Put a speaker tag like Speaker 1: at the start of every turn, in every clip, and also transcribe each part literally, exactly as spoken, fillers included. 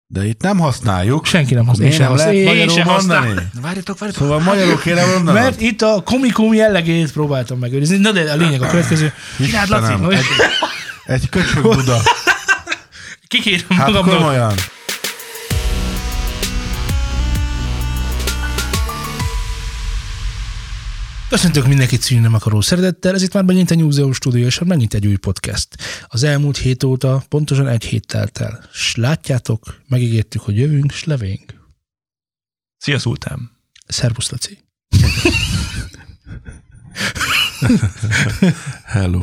Speaker 1: De itt nem használjuk.
Speaker 2: Senki nem használja.
Speaker 1: Én nem lehet magyarul mondani.
Speaker 3: Várjatok, várjatok.
Speaker 1: Szóval magyarul kéne mondanod.
Speaker 2: Mert itt a komikum jellegét próbáltam megőrizni. Na de a lényeg a következő.
Speaker 1: Kirád, Laci. Egy, egy köcsög Buda.
Speaker 2: Kikérem
Speaker 1: hát
Speaker 2: magamnak.
Speaker 1: Hát komolyan.
Speaker 2: Köszöntök mindenkit szűnni nem akaró szeretettel, ez itt már megint a Newzeum stúdió, és megint egy új podcast. Az elmúlt hét óta pontosan egy hét telt el. S látjátok, megígértük, hogy jövünk, s levénk.
Speaker 3: Szia, Szultán!
Speaker 2: Szervusz, Laci!
Speaker 1: Hello!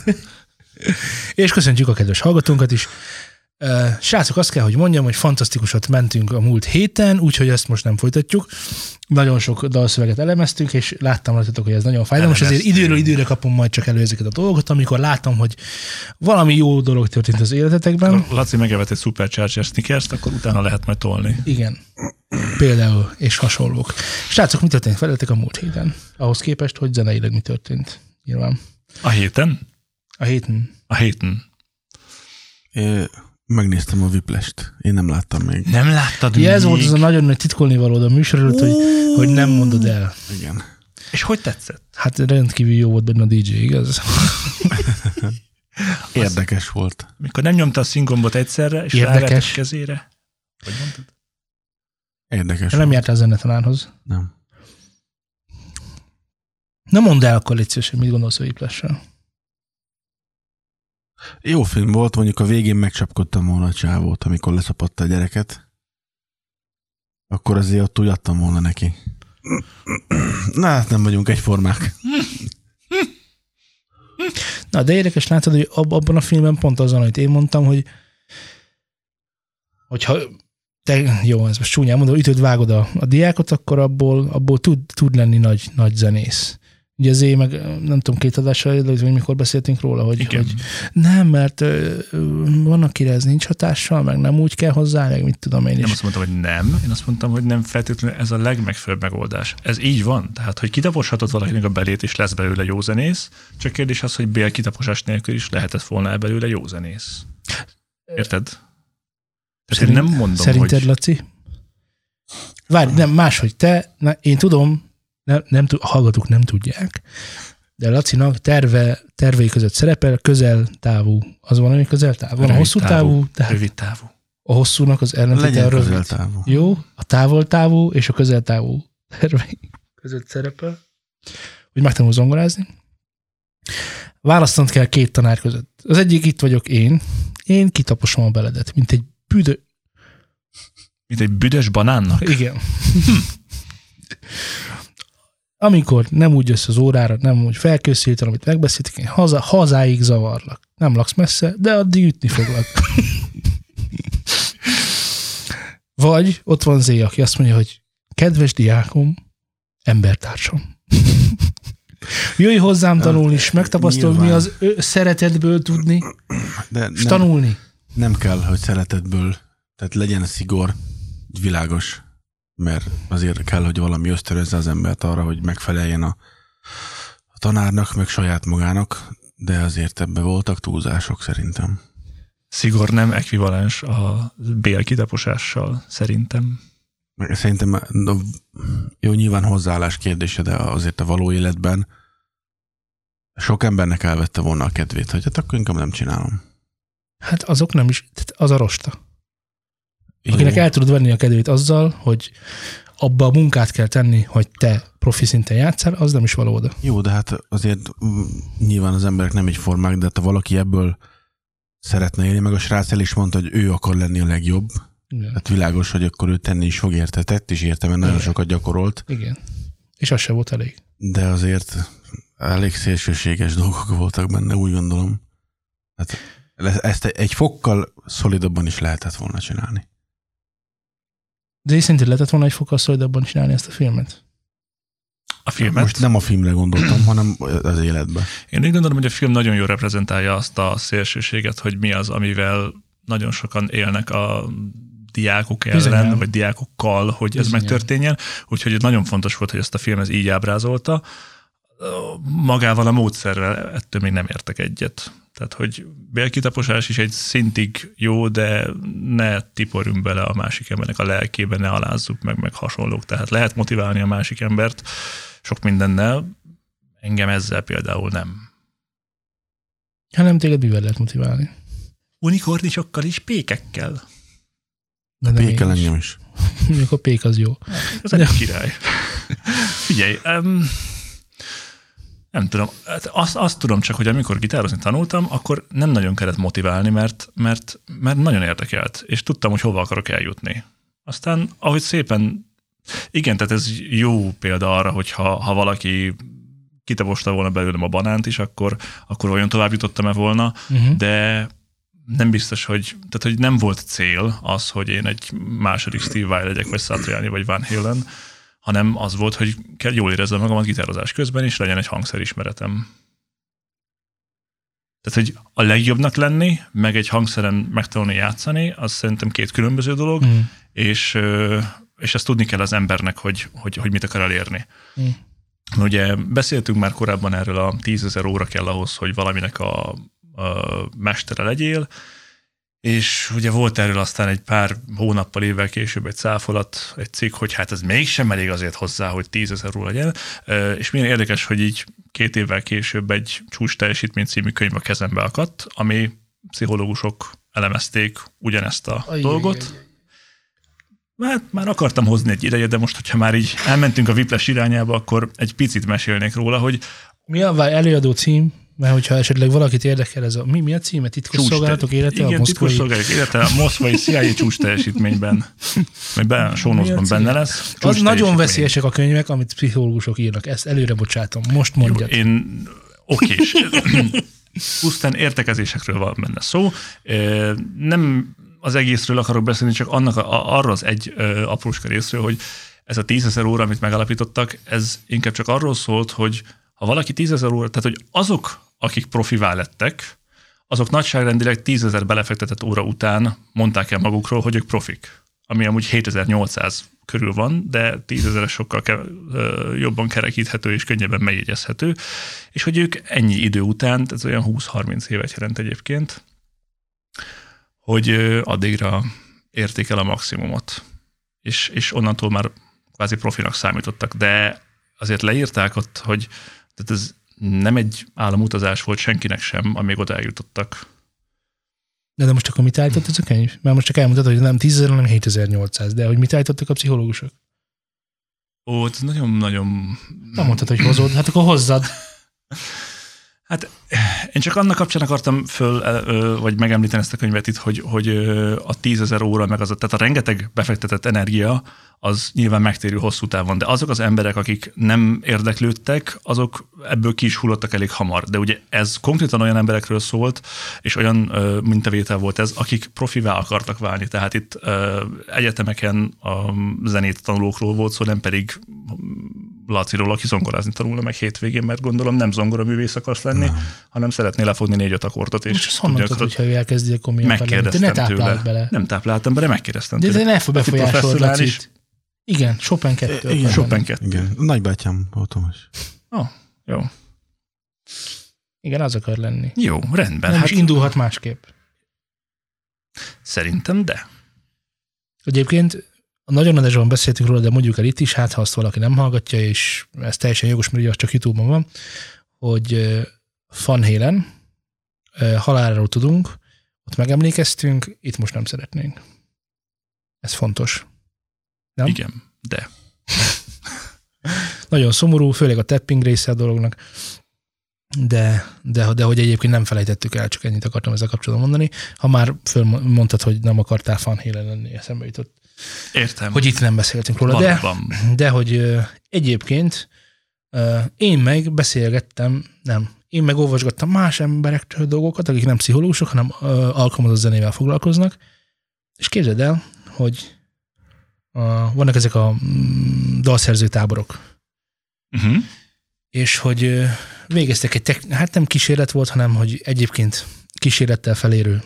Speaker 2: És köszöntjük a kedves hallgatónkat is. Srácok, azt kell, hogy mondjam, hogy fantasztikusat mentünk a múlt héten, úgyhogy ezt most nem folytatjuk. Nagyon sok dalszöveget elemeztünk, és láttam rajtatok, hogy ez nagyon fájdalmas, ezért időről időre kapom majd csak elő ezeket a dolgokat, amikor látom, hogy valami jó dolog történt az életetekben.
Speaker 3: Laci megevett egy Supercharger Snickers-t, akkor utána lehet majd tolni.
Speaker 2: Igen. Például, és hasonlók. Srácok, mi történt veletek a múlt héten? Ahhoz képest, hogy zeneileg mi történt? Nyilván.
Speaker 3: A héten?
Speaker 2: A héten.
Speaker 3: A héten.
Speaker 1: É, megnéztem a Whiplash-t. Én nem láttam még.
Speaker 3: Nem láttad
Speaker 2: ja,
Speaker 3: még?
Speaker 2: Ez volt az a nagyon nagy titkolni valód a műsor előtt, hogy, hogy nem mondod el.
Speaker 1: Igen.
Speaker 3: És hogy tetszett?
Speaker 2: Hát rendkívül jó volt benne a dé dzsé, igaz?
Speaker 1: Érdekes az, volt.
Speaker 3: Mikor nem nyomta a színgombot egyszerre, és rávetett kezére. Hogy mondtad?
Speaker 1: Érdekes
Speaker 2: Nem jártál zenetanárhoz?
Speaker 1: Nem.
Speaker 2: Na mondd el akkor, légy szíves, mit gondolsz a Whiplash-sel?
Speaker 1: Jó film volt, mondjuk a végén megcsapkodtam volna a csávót, amikor leszapadta a gyereket. Akkor azért ott úgy adtam volna neki. Na, hát nem vagyunk egyformák.
Speaker 2: Na, de érdekes, látod, hogy ab, abban a filmben pont azon, amit én mondtam, hogy hogyha te, jó, ez most csúnyán mondom, ütöd, vágod a, a diákot, akkor abból, abból tud, tud lenni nagy, nagy zenész. Ugye az én meg, nem tudom, két adással előtt, hogy mikor beszéltünk róla, hogy, hogy nem, mert ö, van, akire ez nincs hatással, meg nem úgy kell hozzá, meg mit tudom én is.
Speaker 3: Nem azt mondtam, hogy nem, én azt mondtam, hogy nem feltétlenül ez a legmegfőbb megoldás. Ez így van, tehát, hogy kitaposhatod valakinek a belét, és lesz belőle jó zenész, csak kérdés az, hogy bél kitaposás nélkül is lehetett volna belőle jó zenész. Érted?
Speaker 2: Szerint,
Speaker 3: nem mondom,
Speaker 2: szerinted,
Speaker 3: hogy...
Speaker 2: Laci? Várj, nem, máshogy te, na, én tudom, nem, nem, a hallgatók nem tudják, de Lacinak terve, tervei között szerepel közel-távú. Az van, ami közel-távú? Van a hosszú távú, távú tehát
Speaker 3: rövid távú.
Speaker 2: A hosszúnak az ellentéte a rövid.
Speaker 1: Közel-távú.
Speaker 2: Jó, a távol-távú és a közel-távú tervei között szerepel. Hogy megtanul zongorázni. Választanod kell két tanár között. Az egyik itt vagyok én. Én kitaposom a beledet, mint egy büdö...
Speaker 3: Mint egy büdös banánnak?
Speaker 2: Igen. Amikor nem úgy jössz az órára, nem úgy felkészülten, amit megbeszéltek, én haza, hazáig zavarlak. Nem laksz messze, de addig ütni foglak. Vagy ott van Zé, aki azt mondja, hogy kedves diákom, embertársam. Jöjj hozzám tanulni, és megtapasztalod, mi az ő szeretetből tudni,
Speaker 1: de
Speaker 2: és tanulni.
Speaker 1: Nem kell, hogy szeretetből, tehát legyen szigor, világos, mert azért kell, hogy valami ösztönözze az embert arra, hogy megfeleljen a, a tanárnak, meg saját magának, de azért ebben voltak túlzások szerintem.
Speaker 3: Szigor nem ekvivalens a bélkitaposással, szerintem.
Speaker 1: Meg szerintem jó, nyilván hozzáállás kérdése, de azért a való életben sok embernek elvette volna a kedvét, hogy hát akkor inkább nem csinálom.
Speaker 2: Hát azok nem is, az a rosta. Akinek el tudod venni a kedvét azzal, hogy abba a munkát kell tenni, hogy te profi szinten játszál, az nem is való oda.
Speaker 1: Jó, de hát azért nyilván az emberek nem egyformák, de ha valaki ebből szeretne élni, meg a srác el is mondta, hogy ő akar lenni a legjobb. Igen. Hát világos, hogy akkor ő tenni is fog érte, tett is érte, mert nagyon Igen. sokat gyakorolt.
Speaker 2: Igen. És az se volt elég.
Speaker 1: De azért elég szélsőséges dolgok voltak benne, úgy gondolom. Hát ezt egy fokkal szolidabban is lehetett volna csinálni.
Speaker 2: De én szerinted lehetett volna egy fokkal szolidabban csinálni ezt a filmet?
Speaker 3: A filmet?
Speaker 1: Most nem a filmre gondoltam, hanem az életben.
Speaker 3: Én úgy gondolom, hogy a film nagyon jól reprezentálja azt a szélsőséget, hogy mi az, amivel nagyon sokan élnek a diákok ellen, Bizonyán. vagy diákokkal, hogy Bizonyán. ez megtörténjen. Úgyhogy nagyon fontos volt, hogy ezt a film ez így ábrázolta. Magával a módszerrel ettől még nem értek egyet. Tehát, hogy bélkitaposás is egy szintig jó, de ne tiporjunk bele a másik embernek a lelkébe, ne alázzuk meg, meg hasonlók. Tehát lehet motiválni a másik embert sok mindennel, engem ezzel például nem.
Speaker 2: Ha nem, téged mivel lehet motiválni?
Speaker 3: Unikornicsokkal is, pékekkel.
Speaker 2: De
Speaker 1: Pékel engem is.
Speaker 2: Mondjuk a pék az jó.
Speaker 3: Az egy király. Figyelj, um, nem tudom, azt, azt tudom csak, hogy amikor gitározni tanultam, akkor nem nagyon kellett motiválni, mert, mert, mert nagyon érdekelt, és tudtam, hogy hova akarok eljutni. Aztán, ahogy szépen, igen, tehát ez jó példa arra, hogy ha, ha valaki kitaposta volna belőlem a banánt is, akkor, akkor olyan tovább jutottam-e volna, uh-huh. de nem biztos, hogy, tehát, hogy nem volt cél az, hogy én egy második Steve Vai legyek, vagy Satriani, vagy Van Halen, hanem az volt, hogy kell jól érezzem magamat gitározás közben, és legyen egy hangszerismeretem. Tehát, hogy a legjobbnak lenni, meg egy hangszeren megtanulni játszani, az szerintem két különböző dolog, mm. és, és ezt tudni kell az embernek, hogy, hogy, hogy mit akar elérni. Mm. Ugye beszéltünk már korábban erről a tízezer óra kell ahhoz, hogy valaminek a, a mestere legyél, és ugye volt erről aztán egy pár hónappal, évvel később egy cáfolat, egy cikk, hogy hát ez mégsem elég azért hozzá, hogy tízezer óra legyen, és milyen érdekes, hogy így két évvel később egy Csúcs teljesítmény című könyv a kezembe akadt, ami pszichológusok elemezték ugyanezt a Ajj, dolgot. Hát már akartam hozni egy ideje, de most, hogyha már így elmentünk a Whiplash irányába, akkor egy picit mesélnék róla, hogy...
Speaker 2: Mi a előadó cím? Mert hogyha esetleg valakit érdekel, ez a, mi, mi a címe? Titkos szolgálatok élete?
Speaker 3: Igen,
Speaker 2: a
Speaker 3: titkos szolgálatok élete a moszkvai C I A csúcs teljesítményben, vagy benne a show notes-ban benne lesz.
Speaker 2: Az nagyon veszélyesek a könyvek, amit pszichológusok írnak. Ezt előre bocsátom. Most mondjad.
Speaker 3: Jó, én okés. Pusztán értekezésekről van benne szó. Nem az egészről akarok beszélni, csak annak a, arra az egy apróska részről, hogy ez a tízezer óra, amit megalapítottak, ez inkább csak arról szólt, hogy ha valaki tízezer óra, tehát hogy azok, akik profivá lettek, azok nagyságrendileg tízezer belefektetett óra után mondták el magukról, hogy ők profik, ami amúgy hétezer-nyolcszáz körül van, de tízezer sokkal ke- jobban kerekíthető és könnyebben megjegyezhető, és hogy ők ennyi idő után, ez olyan húsz-harminc évet jelent egyébként, hogy addigra érték el a maximumot, és, és onnantól már kvázi profinak számítottak, de azért leírták ott, hogy tehát ez nem egy államutazás volt senkinek sem, amíg oda eljutottak.
Speaker 2: De, de most akkor mit állított ez a könyv? Mert most csak elmutatod, hogy nem tízezer, hanem hétezer-nyolcszáz, de hogy mit állítottak a pszichológusok?
Speaker 3: Ó, ez nagyon-nagyon...
Speaker 2: Nem mondtad, hogy hozod, hát akkor hozzad.
Speaker 3: Hát én csak annak kapcsán akartam föl, vagy megemlíteni ezt a könyvet itt, hogy, hogy a tízezer óra, meg az, tehát a rengeteg befektetett energia, az nyilván megtérül hosszú távon, de azok az emberek, akik nem érdeklődtek, azok ebből ki is hullottak elég hamar. De ugye ez konkrétan olyan emberekről szólt, és olyan ö, mintavétel volt ez, akik profivá akartak válni. Tehát itt ö, egyetemeken a zenét tanulókról volt szó, nem pedig Laciról, aki zongorázni tanulna meg hétvégén, mert gondolom nem zongoraművész akarsz lenni, nem. hanem szeretnél lefogni négy-öt akkordot. És
Speaker 2: most honnan tudod, hogyha ő elkezdi, akkor mi
Speaker 3: megkérdeztem
Speaker 2: ne
Speaker 3: tőle.
Speaker 2: Bele.
Speaker 3: Nem tápláltam bele, megkérdeztem
Speaker 2: de
Speaker 3: tőle.
Speaker 2: De ne befolyásolt Lacit. Igen, Chopin kettő.
Speaker 1: Igen,
Speaker 3: Chopin kettő.
Speaker 1: Igen, nagybátyám voltam is.
Speaker 3: Oh, jó.
Speaker 2: Igen, az akar lenni.
Speaker 3: Jó, rendben.
Speaker 2: Nem hát, is indulhat másképp.
Speaker 3: Szerintem, de.
Speaker 2: Egyébként a nagyon adásban beszéltünk róla, de mondjuk el itt is, hát ha azt valaki nem hallgatja, és ez teljesen jogos, mert ugye az csak YouTube-on van, hogy Van Halen, halálról tudunk, ott megemlékeztünk, itt most nem szeretnénk. Ez fontos. Nem?
Speaker 3: Igen, de.
Speaker 2: Nagyon szomorú, főleg a tapping része a dolognak, de, de, de hogy egyébként nem felejtettük el, csak ennyit akartam ezzel kapcsolatban mondani. Ha már fölmondtad, hogy nem akartál Van Halen lenni, eszembe jutott.
Speaker 3: Értem.
Speaker 2: Hogy itt nem beszéltünk róla, de, de hogy uh, egyébként uh, én meg beszélgettem, nem, én meg olvasgattam más emberektől dolgokat, akik nem pszichológusok, hanem uh, alkalmazott zenével foglalkoznak, és képzeld el, hogy uh, vannak ezek a mm, dalszerző táborok.
Speaker 3: Uh-huh.
Speaker 2: És hogy uh, végeztek egy, tek- hát nem kísérlet volt, hanem hogy egyébként kísérlettel felérő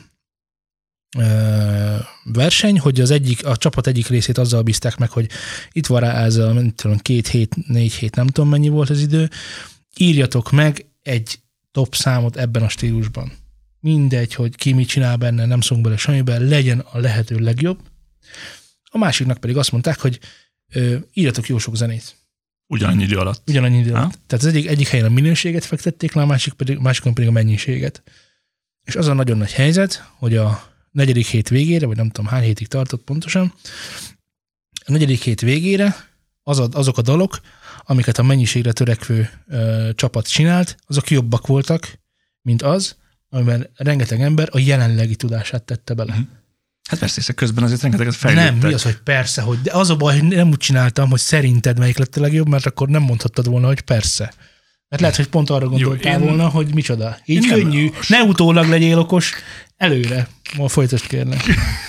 Speaker 2: verseny, hogy az egyik, a csapat egyik részét azzal bízták meg, hogy itt van rá ez a nem tudom, két hét, négy hét, nem tudom mennyi volt az idő, írjatok meg egy top számot ebben a stílusban. mindegy, hogy ki mit csinál benne, nem szólunk bele semmiben, legyen a lehető legjobb. A másiknak pedig azt mondták, hogy ö, írjatok jó sok zenét.
Speaker 3: Ugyanannyi idő alatt.
Speaker 2: Ugyanannyi idő alatt. Tehát az egyik, egyik helyen a minőséget fektették le, a másik pedig, másikon pedig a mennyiséget. És az a nagyon nagy helyzet, hogy a negyedik hét végére, vagy nem tudom hány hétig tartott pontosan, a negyedik hét végére az a, azok a dalok, amiket a mennyiségre törekvő ö, csapat csinált, azok jobbak voltak, mint az, amiben rengeteg ember a jelenlegi tudását tette bele.
Speaker 3: Hát persze, és közben azért rengeteget fejlődtek.
Speaker 2: Nem, mi az, hogy persze, hogy de az a baj, hogy nem úgy csináltam, hogy szerinted melyik lett a legjobb, mert akkor nem mondhattad volna, hogy persze. Mert lehet, hogy pont arra gondoltál Jó, én... volna, hogy micsoda. Így én könnyű, nem, ne utólag legyél okos, előre. Ma folytasd kérlek.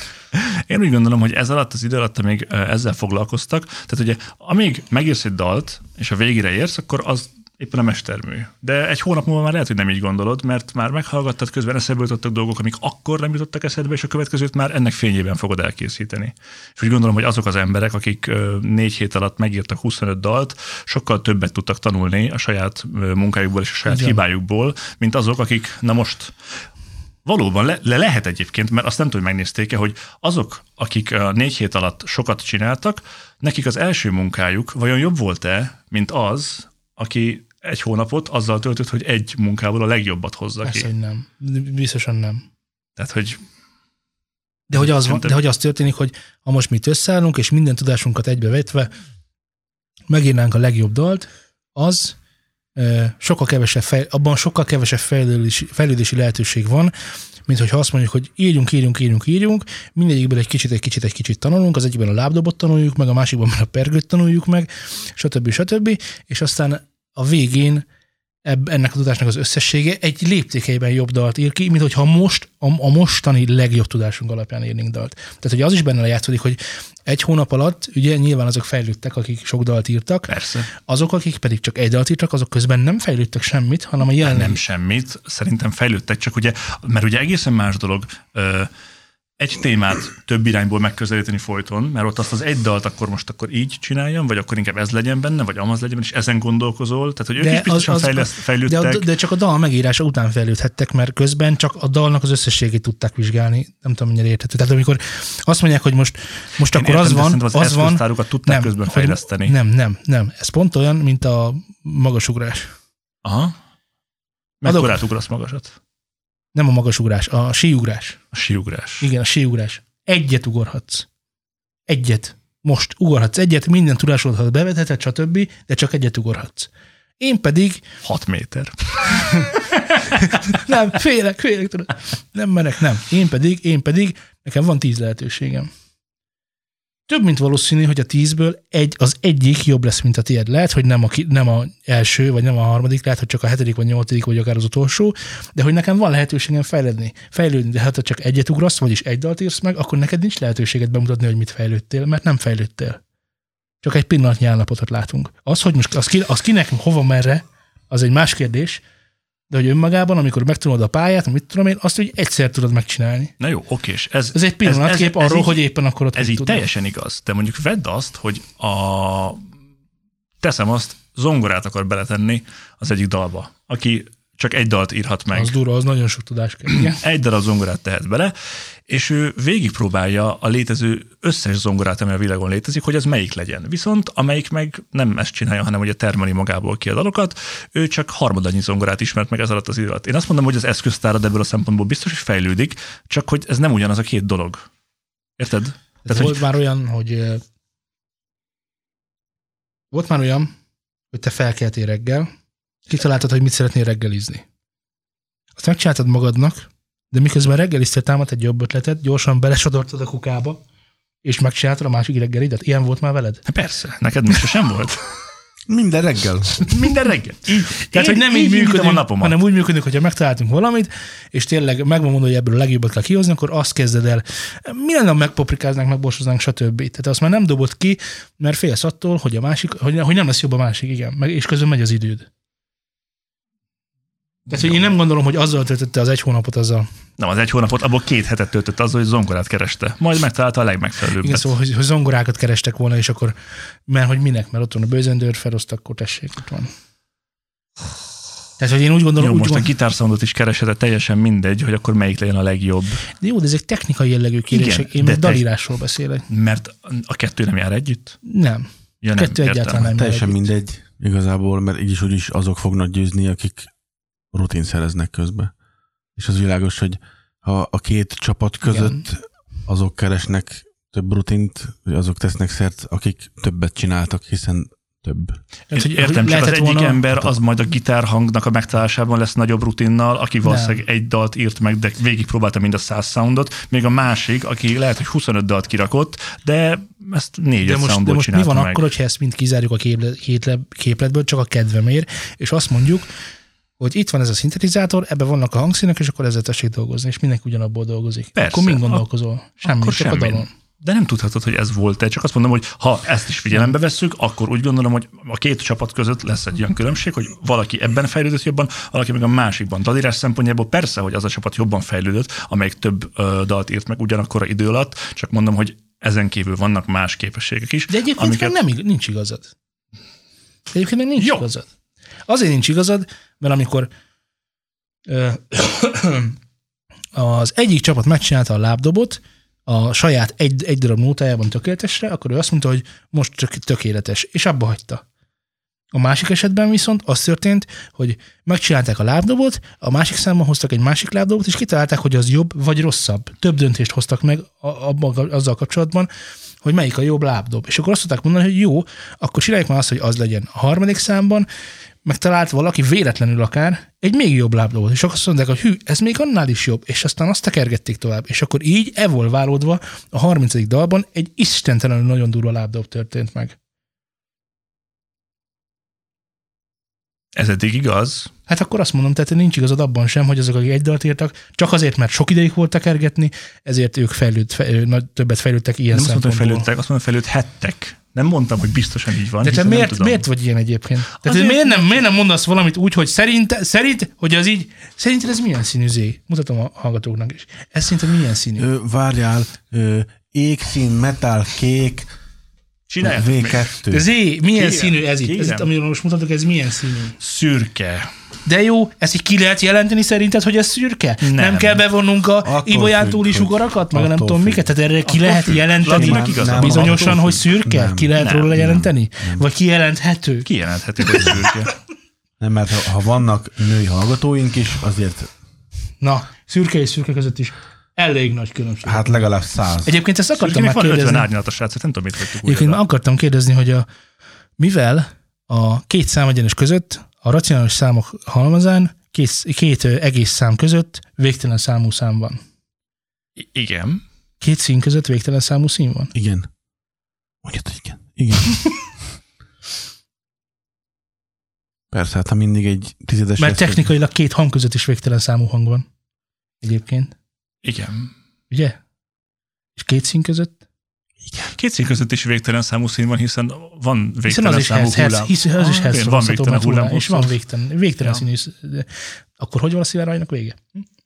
Speaker 3: Én úgy gondolom, hogy ez alatt az idő alatt, amíg ezzel foglalkoztak, tehát ugye amíg megírsz egy dalt, és a végére érsz, akkor az éppen a mestermű. De egy hónap múlva már lehet, hogy nem így gondolod, mert már meghallgattad, közben eszedbe jutottak dolgok, amik akkor nem jutottak eszedbe, és a következőt már ennek fényében fogod elkészíteni. És úgy gondolom, hogy azok az emberek, akik négy hét alatt megírtak huszonöt dalt, sokkal többet tudtak tanulni a saját munkájukból és a saját Igen. hibájukból, mint azok, akik na most valóban le, le lehet egyébként, mert azt nem tudom, hogy megnézték-e, hogy azok, akik a négy hét alatt sokat csináltak, nekik az első munkájuk vajon jobb volt-e, mint az, aki egy hónapot azzal töltött, hogy egy munkából a legjobbat hozza
Speaker 2: Persze,
Speaker 3: ki.
Speaker 2: hogy nem. Biztosan nem.
Speaker 3: Tehát, hogy...
Speaker 2: De hogy, az van, de hogy az történik, hogy ha most mi összeállunk, és minden tudásunkat egybevetve megírnánk a legjobb dalt, az e, sokkal kevesebb fej, abban sokkal kevesebb fejlődési, fejlődési lehetőség van, mint hogyha azt mondjuk, hogy írjunk, írjunk, írjunk, írjunk, mindegyikből egy kicsit, egy kicsit, egy kicsit tanulunk, az egyikben a lábdobot tanuljuk meg, a másikban a pergőt tanuljuk meg, stb. stb. És aztán a végén ebb, ennek a tudásnak az összessége egy léptékeiben jobb dalt ír ki, mint hogyha most a, a mostani legjobb tudásunk alapján írnénk dalt. Tehát, hogy az is benne játszódik, hogy egy hónap alatt, ugye nyilván azok fejlődtek, akik sok dalt írtak.
Speaker 3: Persze.
Speaker 2: Azok, akik pedig csak egy dalt írtak, azok közben nem fejlődtek semmit, hanem a jelenlegi...
Speaker 3: Nem semmit, szerintem fejlődtek, csak ugye, mert ugye egészen más dolog ö, egy témát több irányból megközelíteni folyton, mert ott azt az egy dalt akkor most akkor így csináljam, vagy akkor inkább ez legyen benne, vagy amaz legyen benne, és ezen gondolkozol. Tehát, hogy ők de is biztosan az, az, fejlesz, fejlődtek.
Speaker 2: De, de csak a dal megírása után fejlődhettek, mert közben csak a dalnak az összességét tudták vizsgálni. Nem tudom, mennyire érthető. Tehát amikor azt mondják, hogy most, most akkor értem, az van, az, az van.
Speaker 3: Tudták nem, közben fejleszteni.
Speaker 2: Nem, nem, nem. Ez pont olyan, mint a magasugrás.
Speaker 3: Aha. Mekkorát ugrasz magasat?
Speaker 2: Nem a magasugrás, a síugrás.
Speaker 3: A síugrás.
Speaker 2: Igen, a síugrás. Egyet ugorhatsz. Egyet. Most ugorhatsz egyet, minden tudásodat bevetheted, stb., de csak egyet ugorhatsz. Én pedig...
Speaker 3: Hat méter.
Speaker 2: nem, félek, félek, tudod. Nem merek, nem. Én pedig, én pedig, nekem van tíz lehetőségem. Több, mint valószínű, hogy a tízből egy, az egyik jobb lesz, mint a tiéd. Lehet, hogy nem a, nem a első, vagy nem a harmadik, lehet, hogy csak a hetedik, vagy nyolcadik, vagy akár az utolsó, de hogy nekem van lehetőségem fejlődni. Fejlődni, de hát ha csak egyet ugrasz, vagyis egy dalt írsz meg, akkor neked nincs lehetőséged bemutatni, hogy mit fejlődtél, mert nem fejlődtél. Csak egy pillanatnyi állapotot látunk. Az, hogy most az, ki, az kinek hova merre, az egy más kérdés, de hogy önmagában, amikor megtanulod a pályát, mit tudom én, azt, hogy egyszer tudod megcsinálni.
Speaker 3: Na jó, okés. Ez,
Speaker 2: ez egy pillanatkép arról,
Speaker 3: így,
Speaker 2: hogy éppen akkor ott
Speaker 3: ez így
Speaker 2: tudod.
Speaker 3: Teljesen igaz, de mondjuk vedd azt, hogy a... teszem azt, zongorát akar beletenni az egyik dalba, aki csak egy dalt írhat meg.
Speaker 2: Az durva, az nagyon sok tudás kell. Igen.
Speaker 3: Egy darab zongorát tehet bele, és ő végigpróbálja a létező összes zongorát, ami a világon létezik, hogy az melyik legyen. Viszont amelyik meg nem ezt csinálja, hanem ugye termeli magából ki a dalokat, ő csak harmadannyi zongorát ismert meg ez alatt az idő alatt. Én azt mondom, hogy az eszköztárad ebből a szempontból biztos, hogy fejlődik, csak hogy ez nem ugyanaz a két dolog. Érted?
Speaker 2: Tehát, volt hogy... már olyan, hogy volt már olyan, hogy te felkeltél reggel, kitaláltad, hogy mit szeretnél reggelizni. Azt megcsináltad magadnak, de miközben reggeliztél, támadt egy jobb ötletet, gyorsan belesodortad a kukába, és megcsináltad a másik reggelidet. Ilyen volt már veled?
Speaker 3: Persze, neked most sem volt.
Speaker 1: Minden reggel.
Speaker 3: Minden reggel. Így,
Speaker 2: Tehát,
Speaker 3: én,
Speaker 2: hogy nem így, így működünk, hanem úgy működünk, hogyha megtaláltunk valamit, és tényleg megvan mondani, hogy ebből a legjobbat kell kihozni, akkor azt kezded el. Mi lenne, ha megpaprikáznánk, megborsoznánk, stb. Tehát azt már nem dobott ki, mert félsz attól, hogy a másik, hogy, hogy nem lesz jobb a másik, igen. Meg, és közben megy az időd. Tehát, hogy én nem gondolom, hogy azzal töltötte az egy hónapot azzal.
Speaker 3: Nem, az egy hónapot, abból két hetet töltött azzal, hogy zongorát kereste. Majd megtalálta a legmegfelelőbbet.
Speaker 2: Igen, szóval, hogy, hogy zongorákat kerestek volna, és akkor, mert hogy minek, mert ott van a Bösendorfer, azt akkor tessék, ott van. Tehát, hogy én úgy gondolom...
Speaker 3: Jó,
Speaker 2: úgy
Speaker 3: most
Speaker 2: gond...
Speaker 3: a gitárszondot is keresed, teljesen mindegy, hogy akkor melyik legyen a legjobb.
Speaker 2: De jó, de ezek technikai jellegű kérdések. Én meg dalírásról beszélek.
Speaker 3: Mert a kettő nem jár együtt?
Speaker 2: Nem.
Speaker 3: Ja,
Speaker 2: a
Speaker 3: nem,
Speaker 2: kettő
Speaker 3: értem.
Speaker 2: egyáltalán nem
Speaker 1: Teljesen
Speaker 2: jár együtt.
Speaker 1: mindegy igazából, mert így is úgy is azok fognak győzni, akik rutin szereznek közbe. És az világos, hogy ha a két csapat között igen. azok keresnek több rutint, azok tesznek szert, akik többet csináltak, hiszen több.
Speaker 3: Én hogy értem, csak az egyik volna, ember az majd a gitárhangnak a megtalálásában lesz nagyobb rutinnal, aki valószínűleg egy dalt írt meg, de végigpróbálta mind a száz soundot, még a másik, aki lehet, hogy huszonöt dalt kirakott, de ezt négy-öt soundot
Speaker 2: de most mi van
Speaker 3: meg.
Speaker 2: akkor, hogyha ezt mind kizárjuk a képletből, csak a kedvemért, és azt mondjuk, hogy itt van ez a szintetizátor, ebben vannak a hangszínek, és akkor ezzel tessék dolgozni, és mindenki ugyanabból dolgozik.
Speaker 3: Persze,
Speaker 2: akkor mind gondolkozol? Semmi,
Speaker 3: akkor
Speaker 2: csak semmi. A dalon.
Speaker 3: De nem tudhatod, hogy ez volt-e, csak azt mondom, hogy ha ezt is figyelembe vesszük, akkor úgy gondolom, hogy a két csapat között lesz egy olyan különbség, hogy valaki ebben fejlődött jobban, valaki meg a másikban. Dalírás szempontjából persze, hogy az a csapat jobban fejlődött, amelyik több ö, dalt írt meg ugyanakkor idő alatt, csak mondom, hogy ezen kívül vannak más képességek is.
Speaker 2: De egyébként amiket... nem, nincs igazad. De egyébként meg nincs
Speaker 3: Jó.
Speaker 2: igazad. Azért nincs igazad, mert amikor ö, az egyik csapat megcsinálta a lábdobot, a saját egy, egy darab nótájában tökéletesre, akkor ő azt mondta, hogy most csak tökéletes, és abba hagyta. A másik esetben viszont az történt, hogy megcsinálták a lábdobot, a másik számban hoztak egy másik lábdobot, és kitalálták, hogy az jobb vagy rosszabb. Több döntést hoztak meg abban, azzal kapcsolatban, hogy melyik a jobb lábdob. És akkor azt tudták mondani, hogy jó, akkor csináljuk már azt, hogy az legyen a harmadik számban, megtalált valaki véletlenül akár egy még jobb lábdobot, és akkor azt mondták, hogy hű, ez még annál is jobb, és aztán azt tekergették tovább, és akkor így evolválódva a harmincadik dalban egy istentelenül nagyon durva lábdob történt meg.
Speaker 3: Ez eddig igaz?
Speaker 2: Hát akkor azt mondom, tehát nincs igazad abban sem, hogy azok, akik egy dalt írtak, csak azért, mert sok ideig volt tekergetni, ezért ők fejlőd, fejlőd, többet fejlődtek ilyen
Speaker 3: nem
Speaker 2: szempontból.
Speaker 3: Nem azt mondtam, hogy fejlődtek, azt mondom, fejlődhettek. Nem mondtam, hogy biztosan így van.
Speaker 2: De te miért, miért vagy ilyen egyébként? Tehát miért nem, miért nem mondasz valamit úgy, hogy szerint, szerint, hogy az így, szerinted ez milyen színű zé? Mutatom a hallgatóknak is. Ez szerinted milyen színű?
Speaker 1: Ö, várjál, ö, égszín, metal, kék, vé kettő.
Speaker 2: De zé, milyen
Speaker 3: Kérem,
Speaker 2: színű ez itt? Ez itt, amiről most mutatok, ez milyen színű?
Speaker 3: Szürke.
Speaker 2: De jó, ezt így ki lehet jelenteni szerinted, hogy ez szürke? Nem, nem kell bevonnunk a Ibolyán túli sugarakat, meg nem tudom miket, tehát erre ki lehet függ. jelenteni nem, nem, bizonyosan, hogy szürke? Nem, ki lehet nem, róla jelenteni? Nem, nem. Vagy kijelenthető?
Speaker 3: Kijelenthető, hogy szürke.
Speaker 1: Nem, mert ha, ha vannak női hallgatóink is, azért...
Speaker 2: Na, szürke és szürke között is elég nagy különbség.
Speaker 1: Hát legalább száz.
Speaker 2: Egyébként ezt akartam már kérdezni.
Speaker 3: Van ötven árnyalatos srácok, nem tudom, mit vettük újra.
Speaker 2: Egyébként akartam kérdezni, hogy a, mivel a két számegyenes között a racionális számok halmazán két, két egész szám között végtelen számú szám van.
Speaker 3: I- igen.
Speaker 2: Két szín között végtelen számú szín van?
Speaker 1: Igen. Mondjad, hogy igen. Igen. Persze, hát ha mindig egy tizedes...
Speaker 2: Mert technikailag két hang között is végtelen számú hang van. Egyébként.
Speaker 3: Igen.
Speaker 2: Ugye? És két szín között?
Speaker 3: Igen. Két szín között is végtelen számú szín van, hiszen van végtelen
Speaker 2: hiszen az
Speaker 3: számú
Speaker 2: is
Speaker 3: hullám.
Speaker 2: Hiszen az is
Speaker 3: ah, van végtelen hullám.
Speaker 2: És van végtelen, végtelen ja. színű. Akkor hogy van a szivárványnak vége?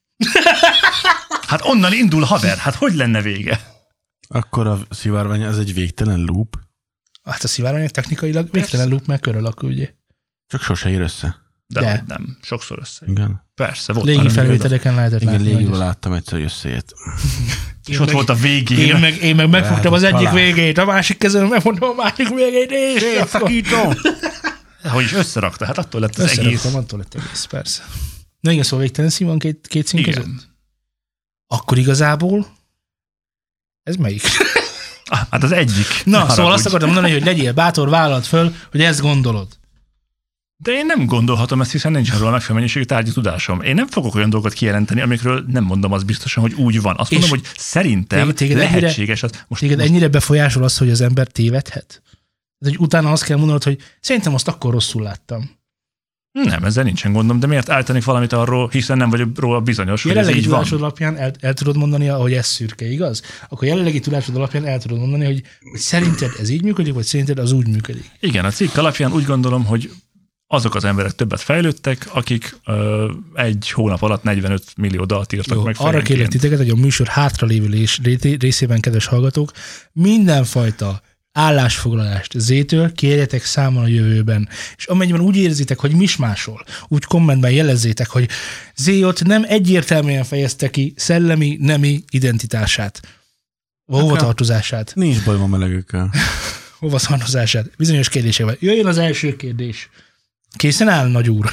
Speaker 3: Hát onnan indul, haver. Hát hogy lenne vége?
Speaker 1: Akkor a szivárvány az egy végtelen loop.
Speaker 2: Hát a szivárványnak technikailag végtelen loop, mert kör alakul, ugye?
Speaker 1: Csak sose ér össze.
Speaker 3: De, De. nem, sokszor össze.
Speaker 1: Igen.
Speaker 3: Persze, volt.
Speaker 2: Légi felvételeken lehetett
Speaker 1: látni. Igen, légivel
Speaker 2: is.
Speaker 1: láttam egyszer, hogy összejött.
Speaker 3: És én ott meg, volt a végén.
Speaker 2: Én meg, én meg megfogtam az egyik végét, a másik kezemben megfogtam a másik végét, és...
Speaker 1: Szakítom!
Speaker 3: Hogy is összerakta, hát attól lett az egész.
Speaker 2: attól lett egész, persze. Na igen, szóval végtelen szín van két, két szín között? Akkor igazából ez melyik?
Speaker 3: Ah, hát az egyik.
Speaker 2: Na, szóval azt akartam mondani, hogy legyél bátor, vállalt föl, hogy ezt gondolod.
Speaker 3: De én nem gondolhatom ezt, hiszen nincs arról a megfelelő mennyiségű tárgyi tudásom. Én nem fogok olyan dolgokat kijelenteni, amikről nem mondom az biztosan, hogy úgy van. Azt mondom, hogy szerintem téged lehetséges.
Speaker 2: Ennyire,
Speaker 3: most,
Speaker 2: téged
Speaker 3: most...
Speaker 2: ennyire befolyásol az, hogy az ember tévedhet? Tehát, hogy utána azt kell mondanod, hogy szerintem azt akkor rosszul láttam.
Speaker 3: Nem, ezzel nincsen gondom, de miért állítanék valamit arról, hiszen nem vagyok róla bizonyos, hogy ez így van.
Speaker 2: Jelenlegi tudásod alapján el, el tudod mondani, hogy ez szürke, igaz? Akkor jelenlegi tudásod alapján el tudod mondani, hogy, hogy szerinted ez így működik, vagy szerinted az úgy működik.
Speaker 3: Igen, a cikk alapján úgy gondolom, hogy azok az emberek többet fejlődtek, akik ö, egy hónap alatt negyvenöt millió dalt írtak Jó, meg
Speaker 2: arra kérlek titeket, hogy a műsor hátralévő részében, kedves hallgatók, mindenfajta állásfoglalást Z-től kérjetek számon a jövőben. És amennyiben úgy érzitek, hogy mismásol, úgy kommentben jelezzétek, hogy Z-ot nem egyértelműen fejezte ki szellemi, nemi identitását. Hova tartozását.
Speaker 1: Nincs bajom a melegekkel.
Speaker 2: Hova tartozását. Bizonyos kérdésekben. Jöjjön az első kérdés. Készen áll, nagy úr?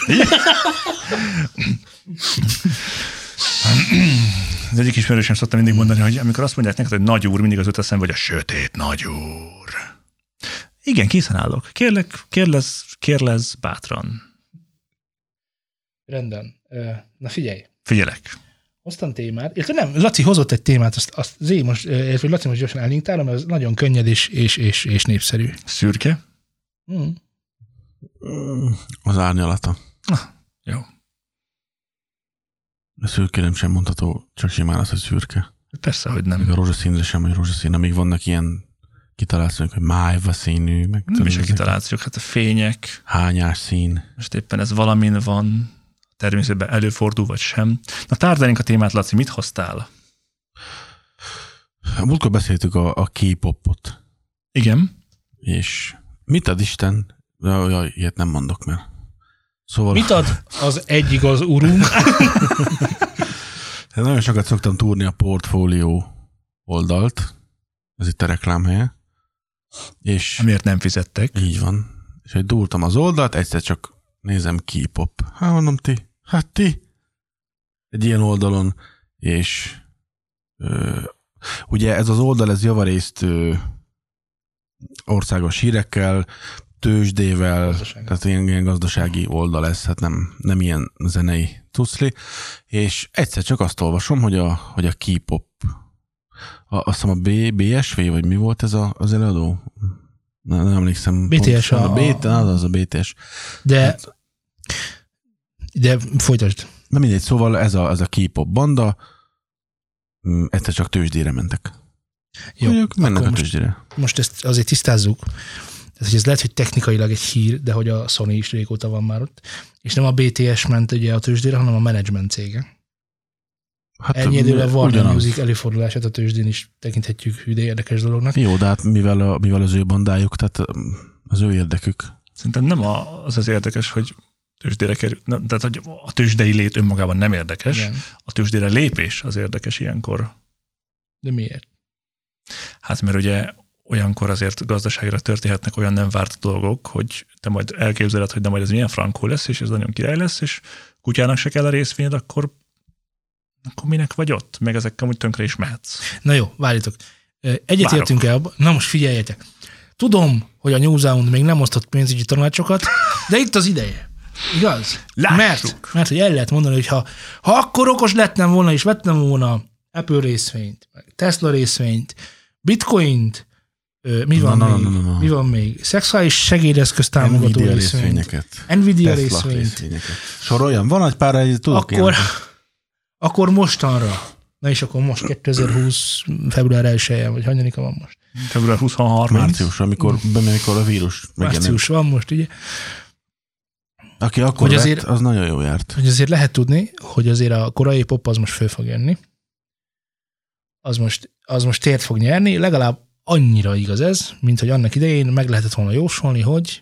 Speaker 3: Az egyik ismerősöm szoktam mindig mondani, hogy amikor azt mondják neked, hogy nagy úr, mindig az jut eszembe, hogy a sötét nagy úr. Igen, készen állok. Kérlek, kérlez, kérlez bátran.
Speaker 2: Rendben. Na figyelj.
Speaker 3: Figyelek.
Speaker 2: Hoztam témát, illetve nem, Laci hozott egy témát, azt, azt Zé most, illetve Laci most gyorsan ellinktálom, mert ez nagyon könnyed és, és, és, és népszerű.
Speaker 3: Szürke?
Speaker 2: Mm.
Speaker 1: Az árnyalata.
Speaker 3: Ah, jó.
Speaker 1: A szürke nem sem mondható, csak simán az, hogy szürke.
Speaker 3: Persze, hogy nem.
Speaker 1: Még a rózsaszínre sem, hogy rózsaszín, amíg vannak ilyen kitalációk, hogy májva színű, meg
Speaker 3: nem is a kitalációk, hát a fények.
Speaker 1: Hányás szín.
Speaker 3: Most éppen ez valamin van, természetben előfordul, vagy sem. Na tárgyaljunk a témát, Laci, mit hoztál?
Speaker 1: Múltkor beszéltük a, a K-popot.
Speaker 3: Igen.
Speaker 1: És mit ad Isten? Jaj, jaj, ilyet nem mondok, mert... Szóval...
Speaker 2: Mit ad az egy igaz urunk?
Speaker 1: Nagyon sokat szoktam túrni a portfólió oldalt. Ez itt a reklámhelye. És...
Speaker 3: Miért nem fizettek?
Speaker 1: Így van. És hogy durtam az oldalt, egyszer csak nézem K-pop. Hát mondom, ti? Hát ti? Egy ilyen oldalon, és ö, ugye ez az oldal, ez javarészt ö, országos hírekkel, tőzsdével, gazdasági. Tehát ilyen, ilyen gazdasági oldal ez, hát nem, nem ilyen zenei tuszli, és egyszer csak azt olvasom, hogy a, hogy a K-pop, a, azt hiszem a B, bé es vé, vagy mi volt ez a, az előadó? Nem, nem emlékszem.
Speaker 2: bé té es.
Speaker 1: Pont,
Speaker 2: A,
Speaker 1: a, B T, az, az a bé té es.
Speaker 2: De,
Speaker 1: hát,
Speaker 2: de folytasd.
Speaker 1: De mindegy, szóval ez a, ez a K-pop banda, egyszer csak tőzsdére mentek.
Speaker 2: Jó,
Speaker 1: ők mennek a
Speaker 2: most,
Speaker 1: tőzsdére.
Speaker 2: Most ezt azért tisztázzuk. Tehát, hogy ez lehet, hogy technikailag egy hír, de hogy a Sony is régóta van már ott. És nem a bé té es ment ugye a tőzsdére, hanem a menedzsment cége. Hát, Ennyi a Warner Music előfordulását a tőzsdén is tekinthetjük hű, de érdekes dolognak.
Speaker 1: Jó, de hát mivel, a, mivel az ő bandájuk, tehát az ő érdekük.
Speaker 3: Szerintem nem az az érdekes, hogy tőzsdére kerül. Nem, tehát hogy a tőzsdei lét önmagában nem érdekes. Igen. A tőzsdére lépés az érdekes ilyenkor.
Speaker 2: De miért?
Speaker 3: Hát mert ugye olyankor azért gazdaságra történhetnek olyan nem várt dolgok, hogy te majd elképzeled, hogy de majd ez milyen frankó lesz, és ez nagyon király lesz, és kutyának se kell a részvényed, akkor, akkor minek vagy ott? Meg ezekkel úgy tönkre is mehetsz.
Speaker 2: Na jó, várjatok. Egyetértünk el abba. Na most figyeljetek. Tudom, hogy a New Zealand még nem osztott pénzügyi tanácsokat, de itt az ideje. Igaz? Mert, mert hogy el lehet mondani, hogy ha, ha akkor okos lettem volna, és vettem volna Apple részvényt, Tesla részvényt, Bitcoint, mi van,
Speaker 1: no, no,
Speaker 2: még?
Speaker 1: No, no, no.
Speaker 2: Mi van még? Szexuális segédeszköz támogató
Speaker 1: Nvidia
Speaker 2: részvényt.
Speaker 1: részvényeket.
Speaker 2: Nvidia
Speaker 1: Tesla
Speaker 2: részvényt.
Speaker 1: részvényeket. Soroljan, van egy pár, egy tudok
Speaker 2: akkor, akkor mostanra. Na és akkor most kétezer-húsz február elsője, vagy hanyadika van most?
Speaker 3: február huszonharmadika.
Speaker 1: Március, amikor, amikor a vírus megjelent.
Speaker 2: Március van most, ugye?
Speaker 1: Aki akkor
Speaker 2: hogy
Speaker 1: vett,
Speaker 2: azért,
Speaker 1: az nagyon jó járt.
Speaker 2: Hogy azért lehet tudni, hogy azért a korai pop az most föl fog jönni. Az most, az most tért fog nyerni, legalább annyira igaz ez, mint hogy annak idején meg lehetett volna jósolni, hogy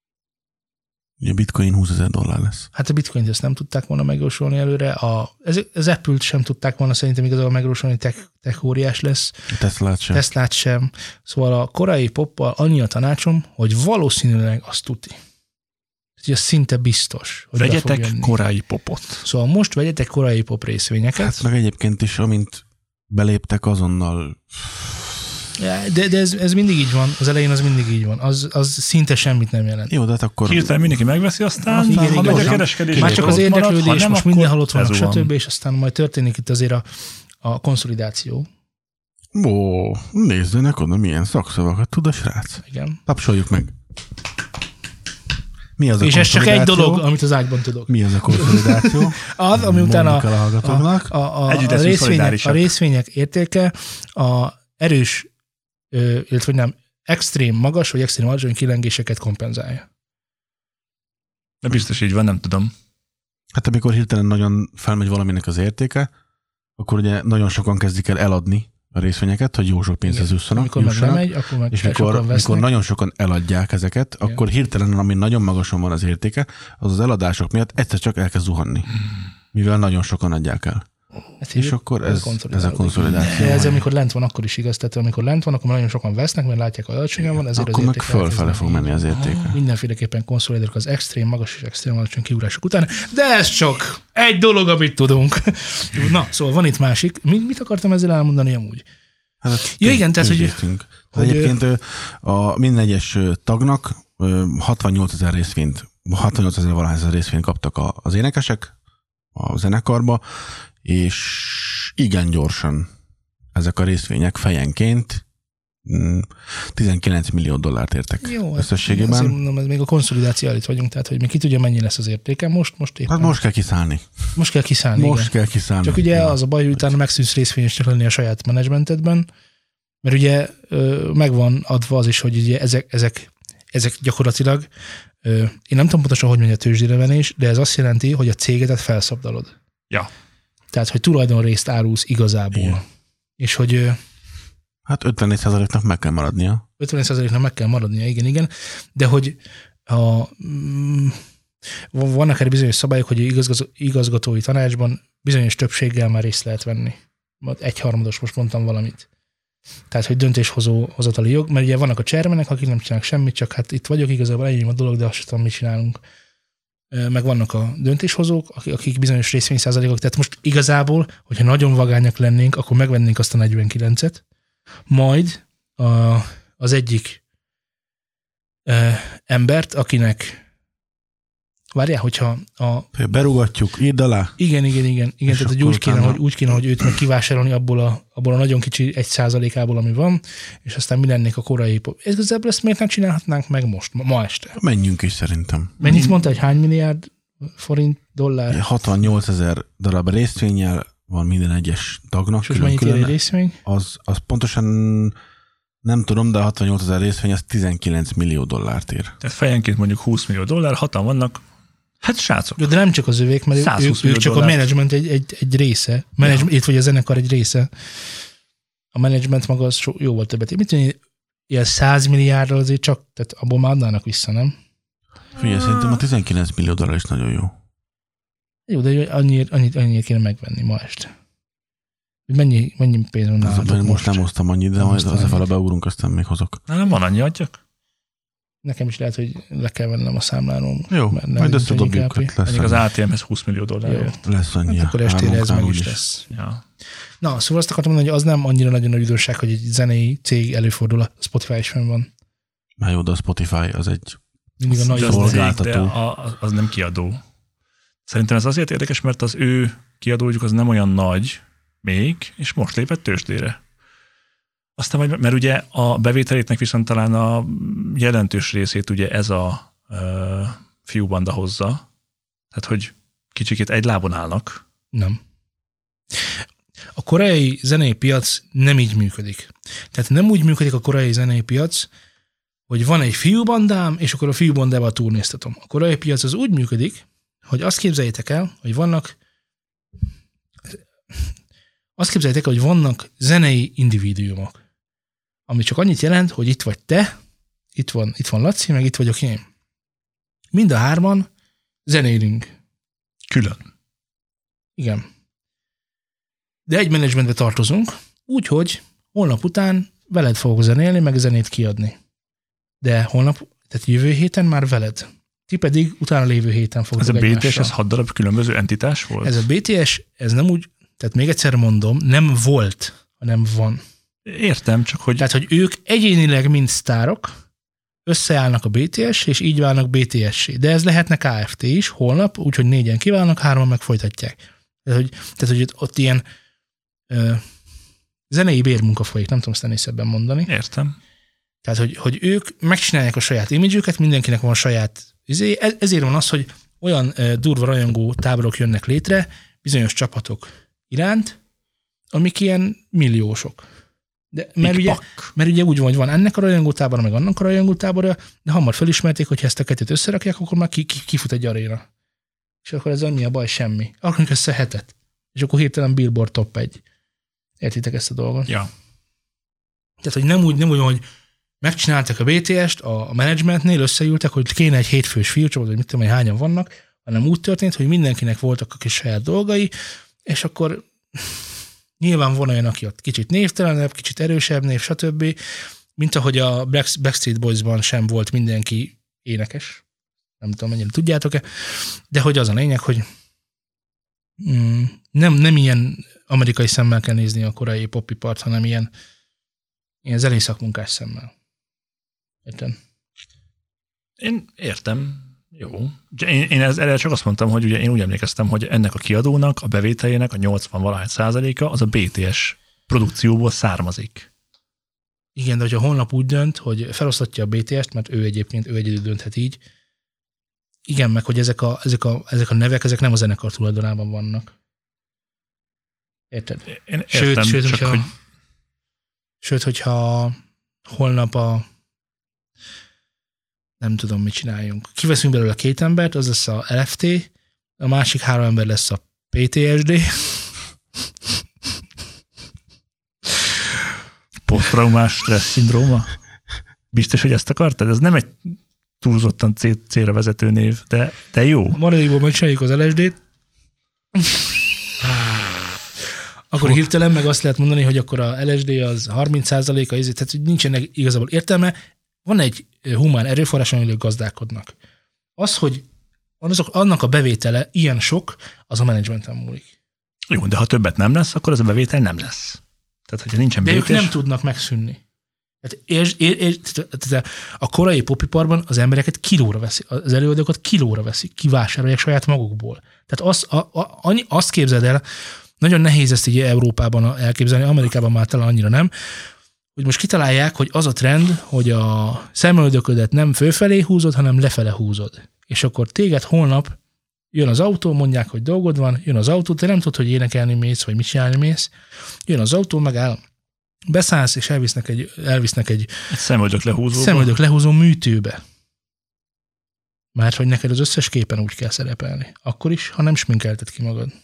Speaker 1: ugye bitcoin húszezer dollár lesz.
Speaker 2: Hát a bitcoint ezt nem tudták volna megjósolni előre, a, ez, az Apple-t sem tudták volna szerintem igazából megjósolni, tech, tech óriás lesz.
Speaker 1: A Teslát sem.
Speaker 2: Teslát sem. Szóval a korai poppal annyi a tanácsom, hogy valószínűleg azt tuti. Ez szinte biztos, hogy
Speaker 3: vegyetek korai popot.
Speaker 2: Szóval most vegyetek korai pop részvényeket.
Speaker 1: Hát meg egyébként is, amint beléptek azonnal...
Speaker 2: De, de ez, ez mindig így van, az elején az mindig így van, az, az szinte semmit nem jelent.
Speaker 1: Jó, de hát akkor...
Speaker 3: Hirtelen mindenki megveszi, aztán
Speaker 2: igen,
Speaker 3: ha
Speaker 2: igen,
Speaker 3: megy a kereskedés,
Speaker 2: már csak az érdeklődés, marad, most minden halott van,
Speaker 3: stb.
Speaker 2: És aztán majd történik itt azért a, a konszolidáció.
Speaker 1: Ó, nézzenek oda, milyen szakszavakat tud a srác.
Speaker 2: Igen.
Speaker 1: Tapsoljuk meg. Mi az a
Speaker 2: és ez csak egy dolog, amit az ágyban tudok.
Speaker 1: Mi az a konszolidáció?
Speaker 2: Az, ami utána
Speaker 1: a,
Speaker 2: a, a, a, a, részvények, a részvények értéke a erős, illetve nem, extrém magas, vagy extrém alacsony kilengéseket kompenzálja.
Speaker 3: De biztos így van, nem tudom.
Speaker 1: Hát amikor hirtelen nagyon felmegy valaminek az értéke, akkor ugye nagyon sokan kezdik el eladni a részvényeket, hogy jó sok pénzhez jussanak.
Speaker 2: Amikor meg nem megy, akkor meg
Speaker 1: és mikor, mikor nagyon sokan eladják ezeket, igen. akkor hirtelen, ami nagyon magason van az értéke, az az eladások miatt egyszer csak elkezd zuhanni. Mivel nagyon sokan adják el. Hát és akkor ez, ez a konszolidáció.
Speaker 2: Ez amikor lent van, akkor is igaz. Tehát amikor lent van, akkor nagyon sokan vesznek, mert látják, hogy alacsonyan van, ezért
Speaker 1: akkor
Speaker 2: az
Speaker 1: meg fölfele fog menni az értéke.
Speaker 2: Mindenféleképpen konszolidáljuk az extrém magas és extrém alacsony kiugrások után, de ez csak egy dolog, amit tudunk. Na, szóval van itt másik. Mit akartam ezzel elmondani amúgy?
Speaker 1: Hát,
Speaker 2: ja, igen, tehát, hogy...
Speaker 1: hogy egyébként a minden egyes tagnak hatvannyolcezer részvényt, hatvannyolcezer valahány részvényt kaptak az énekesek a zenekarba, és igen gyorsan ezek a részvények fejenként tizenkilenc millió dollárt értek
Speaker 2: jó,
Speaker 1: összességében.
Speaker 2: Azért mondom, ez még a konszolidáció előtt vagyunk, tehát hogy még ki tudja, mennyi lesz az értéke. Most, most éppen.
Speaker 1: Hát most kell kiszállni.
Speaker 2: Most kell kiszállni,
Speaker 1: Most
Speaker 2: igen.
Speaker 1: kell kiszállni.
Speaker 2: Csak ugye az a baj, hogy utána megszűnsz részvényesnek lenni a saját menedzsmentedben, mert ugye megvan adva az is, hogy ugye ezek, ezek, ezek gyakorlatilag, én nem tudom pontosan, hogy megy a tőzsdére venés, de ez azt jelenti, hogy a cégedet felszabdalod.
Speaker 3: Ja.
Speaker 2: Tehát, hogy tulajdonrészt árulsz igazából. Igen. És hogy...
Speaker 1: Hát ötvennégy százaléknak meg kell maradnia.
Speaker 2: ötvennégy százaléknak meg kell maradnia, igen, igen. De hogy a, mm, vannak erre bizonyos szabályok, hogy igazgató, igazgatói tanácsban bizonyos többséggel már részt lehet venni. Egyharmados, most mondtam valamit. Tehát, hogy döntéshozó hozatali jog, mert ugye vannak a chairmanek, akik nem csinálnak semmit, csak hát itt vagyok, igazából ennyi a dolog, de azt sem tudom, mit csinálunk. Meg vannak a döntéshozók, akik bizonyos részvényszázalékok, tehát most igazából, hogyha nagyon vagányak lennénk, akkor megvennénk azt a negyvenkilencet, majd a, az egyik e, embert, akinek várjál, hogyha a...
Speaker 1: Berúgatjuk, írd alá.
Speaker 2: Igen, igen, igen. igen tehát hogy úgy, kéne, hogy úgy kéne, hogy őt meg kivásárolni abból a, abból a nagyon kicsi egy százalékából, ami van, és aztán mi lennék a korai... Ez igazából ezt miért nem csinálhatnánk meg most, ma, ma este?
Speaker 1: Menjünk is szerintem.
Speaker 2: Mennyit mondta, hogy hány milliárd forint, dollár?
Speaker 1: hatvannyolcezer darab részvénnyel van minden egyes tagnak.
Speaker 2: És most mennyit ér egy részvény?
Speaker 1: Az, az pontosan nem tudom, de a hatvannyolcezer részvény az tizenkilenc millió dollárt ér.
Speaker 3: Tehát fejenként mondjuk húsz millió dollár, hatan vannak. Hát srácok.
Speaker 2: Jó, de nem csak az övék, mert ők, ők csak dollárt. A menedzsment egy, egy, egy része. Menedzsment, itt vagy a zenekar egy része. A menedzsment maga az jóval többet. Mit mondja, ilyen száz milliárdral azért csak, tehát abból már adnának vissza, nem?
Speaker 1: Figyelj, szerintem a tizenkilenc millió dollár is nagyon jó.
Speaker 2: Jó, de annyit, annyit, annyit kéne megvenni ma este. Mennyi, mennyi pénz van nálatok
Speaker 1: most?
Speaker 2: Most
Speaker 1: nem hoztam annyit, de majd az a fele beúrunk, aztán még hozok.
Speaker 3: Nem van annyi, adjak?
Speaker 2: Nekem is lehet, hogy le kell vennem a számlárom.
Speaker 1: Jó, majd összedobjuk.
Speaker 3: Még az á té em-hez húsz millió dollár.
Speaker 2: Jó.
Speaker 1: Lesz annyi.
Speaker 2: Hát akkor estére ez meg is lesz.
Speaker 3: Ja.
Speaker 2: Na, szóval azt akartam mondani, hogy az nem annyira nagyon nagy üdvösság, hogy egy zenei cég előfordul, a Spotify is fenn van.
Speaker 1: Már jó, de a Spotify az egy
Speaker 2: mindig a nagy
Speaker 3: szolgáltató. Az nem kiadó. Szerintem ez azért érdekes, mert az ő kiadójuk az nem olyan nagy még, és most lépett tőzsdére. Aztán majd, mert ugye a bevételétnek viszont talán a jelentős részét ugye ez a uh, fiúbanda hozza. Tehát, hogy kicsikét egy lábon állnak.
Speaker 2: Nem. A koreai zenei piac nem így működik. Tehát nem úgy működik a koreai zenei piac, hogy van egy fiúbandám, és akkor a fiúbandával turnéztatom. A koreai piac az úgy működik, hogy azt képzeljétek el, hogy vannak azt képzeljétek el, hogy vannak zenei individuumok, ami csak annyit jelent, hogy itt vagy te, itt van, itt van Laci, meg itt vagyok én. Mind a hárman zenélünk.
Speaker 3: Külön.
Speaker 2: Igen. De egy menedzsmentbe tartozunk, úgyhogy holnap után veled fogok zenélni, meg zenét kiadni. De holnap, tehát jövő héten már veled. Ti pedig utána lévő héten fogtok
Speaker 3: egymással. Ez a bé té es, ez hat darab különböző entitás volt?
Speaker 2: Ez a bé té es, ez nem úgy, tehát még egyszer mondom, nem volt, hanem van.
Speaker 3: Értem, csak hogy...
Speaker 2: Tehát, hogy ők egyénileg mind sztárok, összeállnak a bé té es, és így válnak bé té es-sé. De ez lehetne ká ef té is, holnap, úgyhogy négyen kiválnak, hárman meg folytatják. Tehát, hogy, tehát, hogy ott ilyen ö, zenei bérmunka folyik, nem tudom ezt ennél szebben mondani.
Speaker 3: Értem.
Speaker 2: Tehát, hogy, hogy ők megcsinálják a saját imidzsüket, mindenkinek van saját izé, ezért van az, hogy olyan ö, durva rajongó táborok jönnek létre bizonyos csapatok iránt, amik ilyen milliósok. De, mert, ugye, mert ugye úgy van, hogy van ennek a rajongótábora, meg annak a rajongótábora, de hamar felismerték, hogy ha ezt a kettőt összerakják, akkor már ki, ki, kifut egy aréna. És akkor ez mi a baj? Semmi. Akarunk össze hetet. És akkor hirtelen Billboard top egy. Értitek ezt a dolgot?
Speaker 3: Ja.
Speaker 2: Tehát, hogy nem úgy, nem úgy, hogy megcsináltak a bé té est, a, a menedzsmentnél összeültek, hogy kéne egy hétfős fiúcsoport, vagy mit tudom, hogy hányan vannak, hanem úgy történt, hogy mindenkinek voltak a kis saját dolgai, és akkor nyilván van olyan, aki ott kicsit névtelenebb, kicsit erősebb név, stb. Mint ahogy a Backstreet Boysban sem volt mindenki énekes. Nem tudom, mennyire tudjátok-e, de hogy az a lényeg, hogy mm, nem, nem ilyen amerikai szemmel kell nézni a korai popipart, hanem ilyen, ilyen zenei szakmunkás szemmel. Értem?
Speaker 3: Én értem. Jó. Én, én ezzel csak azt mondtam, hogy ugye én úgy emlékeztem, hogy ennek a kiadónak, a bevételének a nyolcvan-valahány százaléka az a bé té es produkcióból származik.
Speaker 2: Igen, de hogyha a honlap úgy dönt, hogy felosztatja a bé té est, mert ő egyébként ő egyedül dönthet így, igen, meg hogy ezek a, ezek a, ezek a nevek, ezek nem a zenekar tulajdonában vannak. Érted?
Speaker 3: Én értem,
Speaker 2: sőt, sőt,
Speaker 3: csak
Speaker 2: hogyha,
Speaker 3: hogy...
Speaker 2: sőt, hogyha holnap a nem tudom, mit csináljunk. Kiveszünk belőle két embert, az lesz a el ef té, a másik három ember lesz a pé té es dé.
Speaker 3: Posztraumás stressz szindróma? Biztos, hogy ezt akartad? Ez nem egy túlzottan célra vezető név, de, de jó.
Speaker 2: Maradékból megcsináljuk az el es dét. Akkor hirtelen meg azt lehet mondani, hogy akkor a el es dé az harminc százaléka, tehát hogy nincsenek igazából értelme. Van egy humán erőforrás, amiről gazdálkodnak. Az, hogy azok, annak a bevétele ilyen sok, az a menedzsmenten múlik.
Speaker 3: Jó, de ha többet nem lesz, akkor az a bevétel nem lesz. Tehát, hogyha nincsen
Speaker 2: de
Speaker 3: bé té es...
Speaker 2: ők nem tudnak megszűnni. Tehát és, és, és, tehát a korai popiparban az embereket kilóra veszik, az előadókat kilóra veszik, kivásárolják saját magukból. Tehát azt, a, a, annyi, azt képzeld el, nagyon nehéz ezt így Európában elképzelni, Amerikában már talán annyira nem, hogy most kitalálják, hogy az a trend, hogy a szemöldöködet nem fölfelé húzod, hanem lefele húzod. És akkor téged holnap jön az autó, mondják, hogy dolgod van, jön az autó, te nem tudod, hogy énekelni mész, vagy mit csinálni mész. Jön az autó, megáll, beszállsz, és elvisznek egy, elvisznek egy,
Speaker 3: egy szemöldök lehúzóba.
Speaker 2: Szemöldök lehúzó műtőbe. Mert hogy neked az összes képen úgy kell szerepelni. Akkor is, ha nem sminkelted ki magad.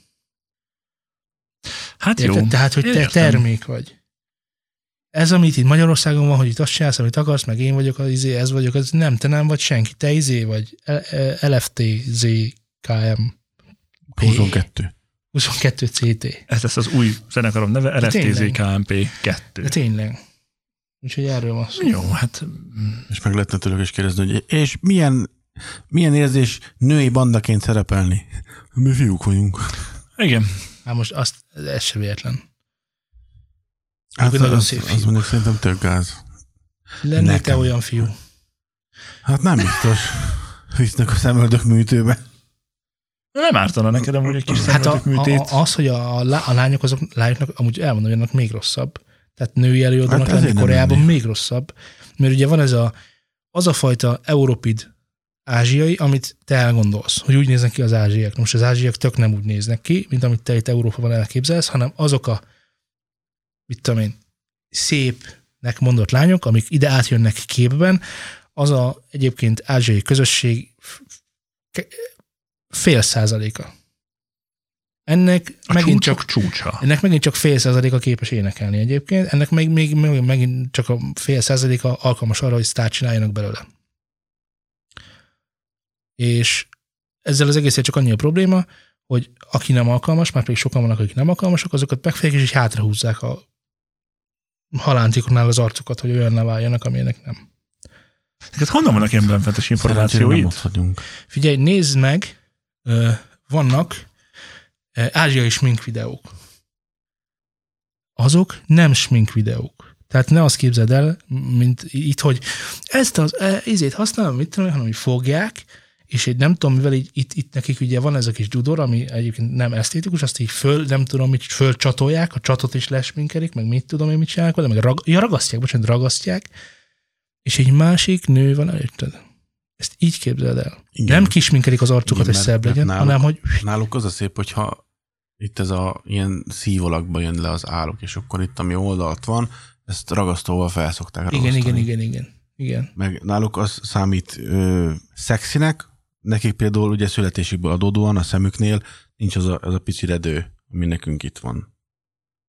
Speaker 3: Hát
Speaker 2: érted?
Speaker 3: jó.
Speaker 2: Tehát, hogy te
Speaker 3: Értem.
Speaker 2: termék vagy. Ez, amit itt Magyarországon van, hogy itt azt csinálsz, amit akarsz, meg én vagyok az izé, ez vagyok, az nem, te nem vagy senki. Te izé vagy el ef té zé ká em.
Speaker 1: huszonkettő.
Speaker 2: huszonkettő cé té.
Speaker 3: Ez lesz az új zenekarom neve, el ef té zé ká em pé kettő.
Speaker 2: De tényleg. Úgyhogy erről van szó.
Speaker 3: Jó, hát...
Speaker 1: És meg lehetne tőlük is kérdezni, hogy és milyen, milyen érzés női bandaként szerepelni? Mi fiúk vagyunk.
Speaker 3: Igen.
Speaker 2: Hát most azt, ez se véletlen.
Speaker 1: Hát
Speaker 2: nagyon
Speaker 1: az,
Speaker 2: szép
Speaker 1: az
Speaker 2: fiú.
Speaker 1: mondjuk szerintem tök gáz.
Speaker 2: Lennék te olyan fiú.
Speaker 1: Hát nem biztos. Visznek a szemöldök műtőbe.
Speaker 3: Nem ártana neked amúgy egy kis
Speaker 2: Hát a,
Speaker 3: szemöldök műtét.
Speaker 2: a, az, hogy a, a lányok azok, lányoknak amúgy elmondom, hogy annak még rosszabb. Tehát női előadónak
Speaker 1: Hát
Speaker 2: lenni
Speaker 1: ezért nem
Speaker 2: Koreában
Speaker 1: lenni.
Speaker 2: még rosszabb. Mert ugye van ez a, az a fajta europid ázsiai, amit te elgondolsz, hogy úgy néznek ki az ázsiak. Most az ázsiak tök nem úgy néznek ki, mint amit te itt Európában elképzelsz, hanem azok a, mit tudom én, szépnek mondott lányok, amik ide átjönnek képben, az a egyébként ázsiai közösség fél százaléka. Ennek
Speaker 3: A
Speaker 2: megint
Speaker 3: csúcsok
Speaker 2: csak
Speaker 3: csúcsa.
Speaker 2: ennek megint csak fél százaléka képes énekelni egyébként, ennek még, még, még megint csak a fél százaléka alkalmas arra, hogy sztárt csináljanak belőle. És ezzel az egészet csak annyi a probléma, hogy aki nem alkalmas, már pedig sokan vannak, akik nem alkalmasok, azokat megfejlik, és így hátrahúzzák a halántikonnál az arcukat, hogy olyanná váljanak, amilyenek nem.
Speaker 3: Hát honnan vannak ilyen benfentes
Speaker 1: Szerencsére nem
Speaker 3: információid?
Speaker 1: ott vagyunk.
Speaker 2: Figyelj, nézd meg, vannak ázsiai smink videók. Azok nem smink videók. Tehát ne azt képzeld el, mint itt, hogy ezt az ízét használom, mit tudom, hanem hogy fogják, és egy nem tudom, mivel így, itt, itt nekik ugye van ez a kis dudor, ami egyébként nem esztétikus, azt így föl, nem tudom, mit fölcsatolják, a csatot is lesminkelik, meg mit tudom én, mit csinálnak vele, meg rag, ja, ragasztják, bocsánat, ragasztják, és egy másik nő van előtted. Ezt így képzeld el.
Speaker 1: Igen.
Speaker 2: Nem kisminkelik az arcukat, hogy szebb legyen,
Speaker 1: náluk,
Speaker 2: hanem hogy...
Speaker 1: Náluk az a szép, hogyha itt ez a ilyen szívolakba jön le az állok, és akkor itt, ami oldalt van, ezt ragasztóval felszokták ragasztani.
Speaker 2: Igen, igen, igen, igen, igen.
Speaker 1: Meg náluk az számít ö, szexinek, nekik például ugye születésükből adódóan a szemüknél nincs az a, az a pici redő, ami nekünk itt van.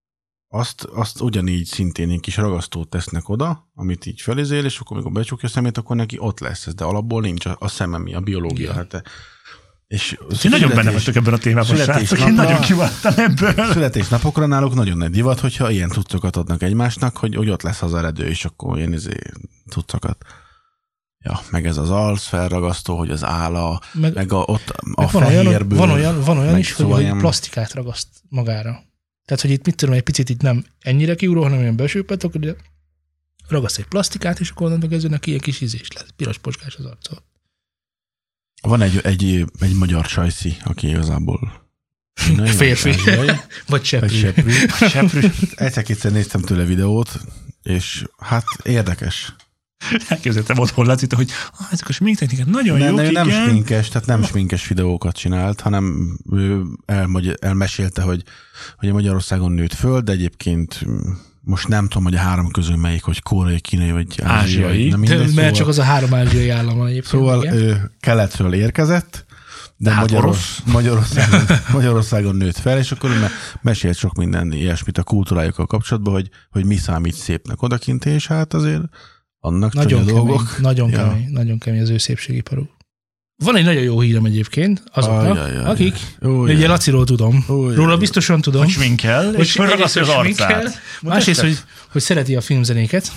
Speaker 1: azt, azt ugyanígy szintén egy kis ragasztót tesznek oda, amit így felizél, és akkor amikor becsukja a szemét, akkor neki ott lesz ez, de alapból nincs a, a szememi, a biológia. Hát, és
Speaker 3: Én nagyon benne vagyok ebben a témában, srácok, én nagyon kimaradtam ebből.
Speaker 1: Születésnapokra náluk nagyon nagy divat, hogyha ilyen cuccokat adnak egymásnak, hogy, hogy ott lesz az eredő, és akkor ilyen izé cuccokat. Ja, meg ez az alsz felragasztó, hogy az álla, meg, meg a, ott a
Speaker 2: meg
Speaker 1: fehérből.
Speaker 2: Van olyan, van olyan, van olyan is,
Speaker 1: szóval
Speaker 2: hogy,
Speaker 1: ilyen...
Speaker 2: hogy plastikát ragaszt magára. Tehát, hogy itt mit tudom, egy picit itt nem ennyire kiúró, hanem olyan besőpetok, de ragaszt egy plastikát, és akkor onnantól kezdve neki ilyen kis ízés lesz. Piros pocskás az arcol.
Speaker 1: Van egy, egy, egy magyar sajszi, aki igazából
Speaker 2: férfi. Vagy seprű.
Speaker 1: seprű. Egyszer-kétszer néztem tőle videót, és hát érdekes.
Speaker 3: Elképzeltem otthon Lacit, hogy ah, ezek a sminktechnikák nagyon
Speaker 1: ne,
Speaker 3: jók,
Speaker 1: ne,
Speaker 3: igen.
Speaker 1: Nem sminkes, tehát nem sminkes videókat csinált, hanem ő elmagy- elmesélte, hogy, hogy Magyarországon nőtt föl, de egyébként most nem tudom, hogy a három közül melyik, hogy koreai, kínai vagy ázsiai.
Speaker 3: ázsiai.
Speaker 1: Nem mindegy,
Speaker 2: mert
Speaker 1: szóval,
Speaker 2: csak az a három ázsiai állam egyébként.
Speaker 1: Szóval
Speaker 2: igen.
Speaker 1: ő keletről érkezett, de
Speaker 3: hát
Speaker 1: Magyarorsz- Magyarországon, Magyarországon nőtt fel, és akkor me- mesélt sok minden ilyesmit a kultúrájukkal kapcsolatban, hogy, hogy mi számít szépnek odakint, és hát azért annak
Speaker 2: nagyon
Speaker 1: csak a
Speaker 2: kemény,
Speaker 1: dolgok.
Speaker 2: Nagyon
Speaker 1: Ja.
Speaker 2: kemény, nagyon kemény az ő szépségiparú. Van egy nagyon jó hírem egyébként azoknak,
Speaker 1: Ajajaj.
Speaker 2: akik,
Speaker 1: Új,
Speaker 2: ugye Laciról tudom,
Speaker 1: Új,
Speaker 2: róla
Speaker 1: jaj.
Speaker 2: biztosan tudom,
Speaker 3: Hogy sminkel, és felragasztja az arcát.
Speaker 2: másrészt, hogy, hogy szereti a filmzenéket.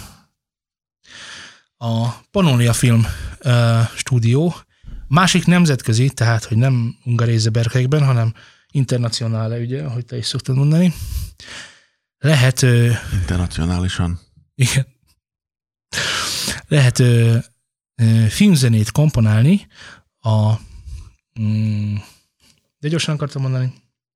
Speaker 2: A Pannonia Film uh, stúdió, másik nemzetközi, tehát, hogy nem Ungaréze berkekben, hanem internacionále, ugye, ahogy te is szoktad mondani. Lehet... Uh,
Speaker 1: Internacionálisan.
Speaker 2: igen. Lehet ö, ö, filmzenét komponálni a... Mm, de gyorsan akartam mondani.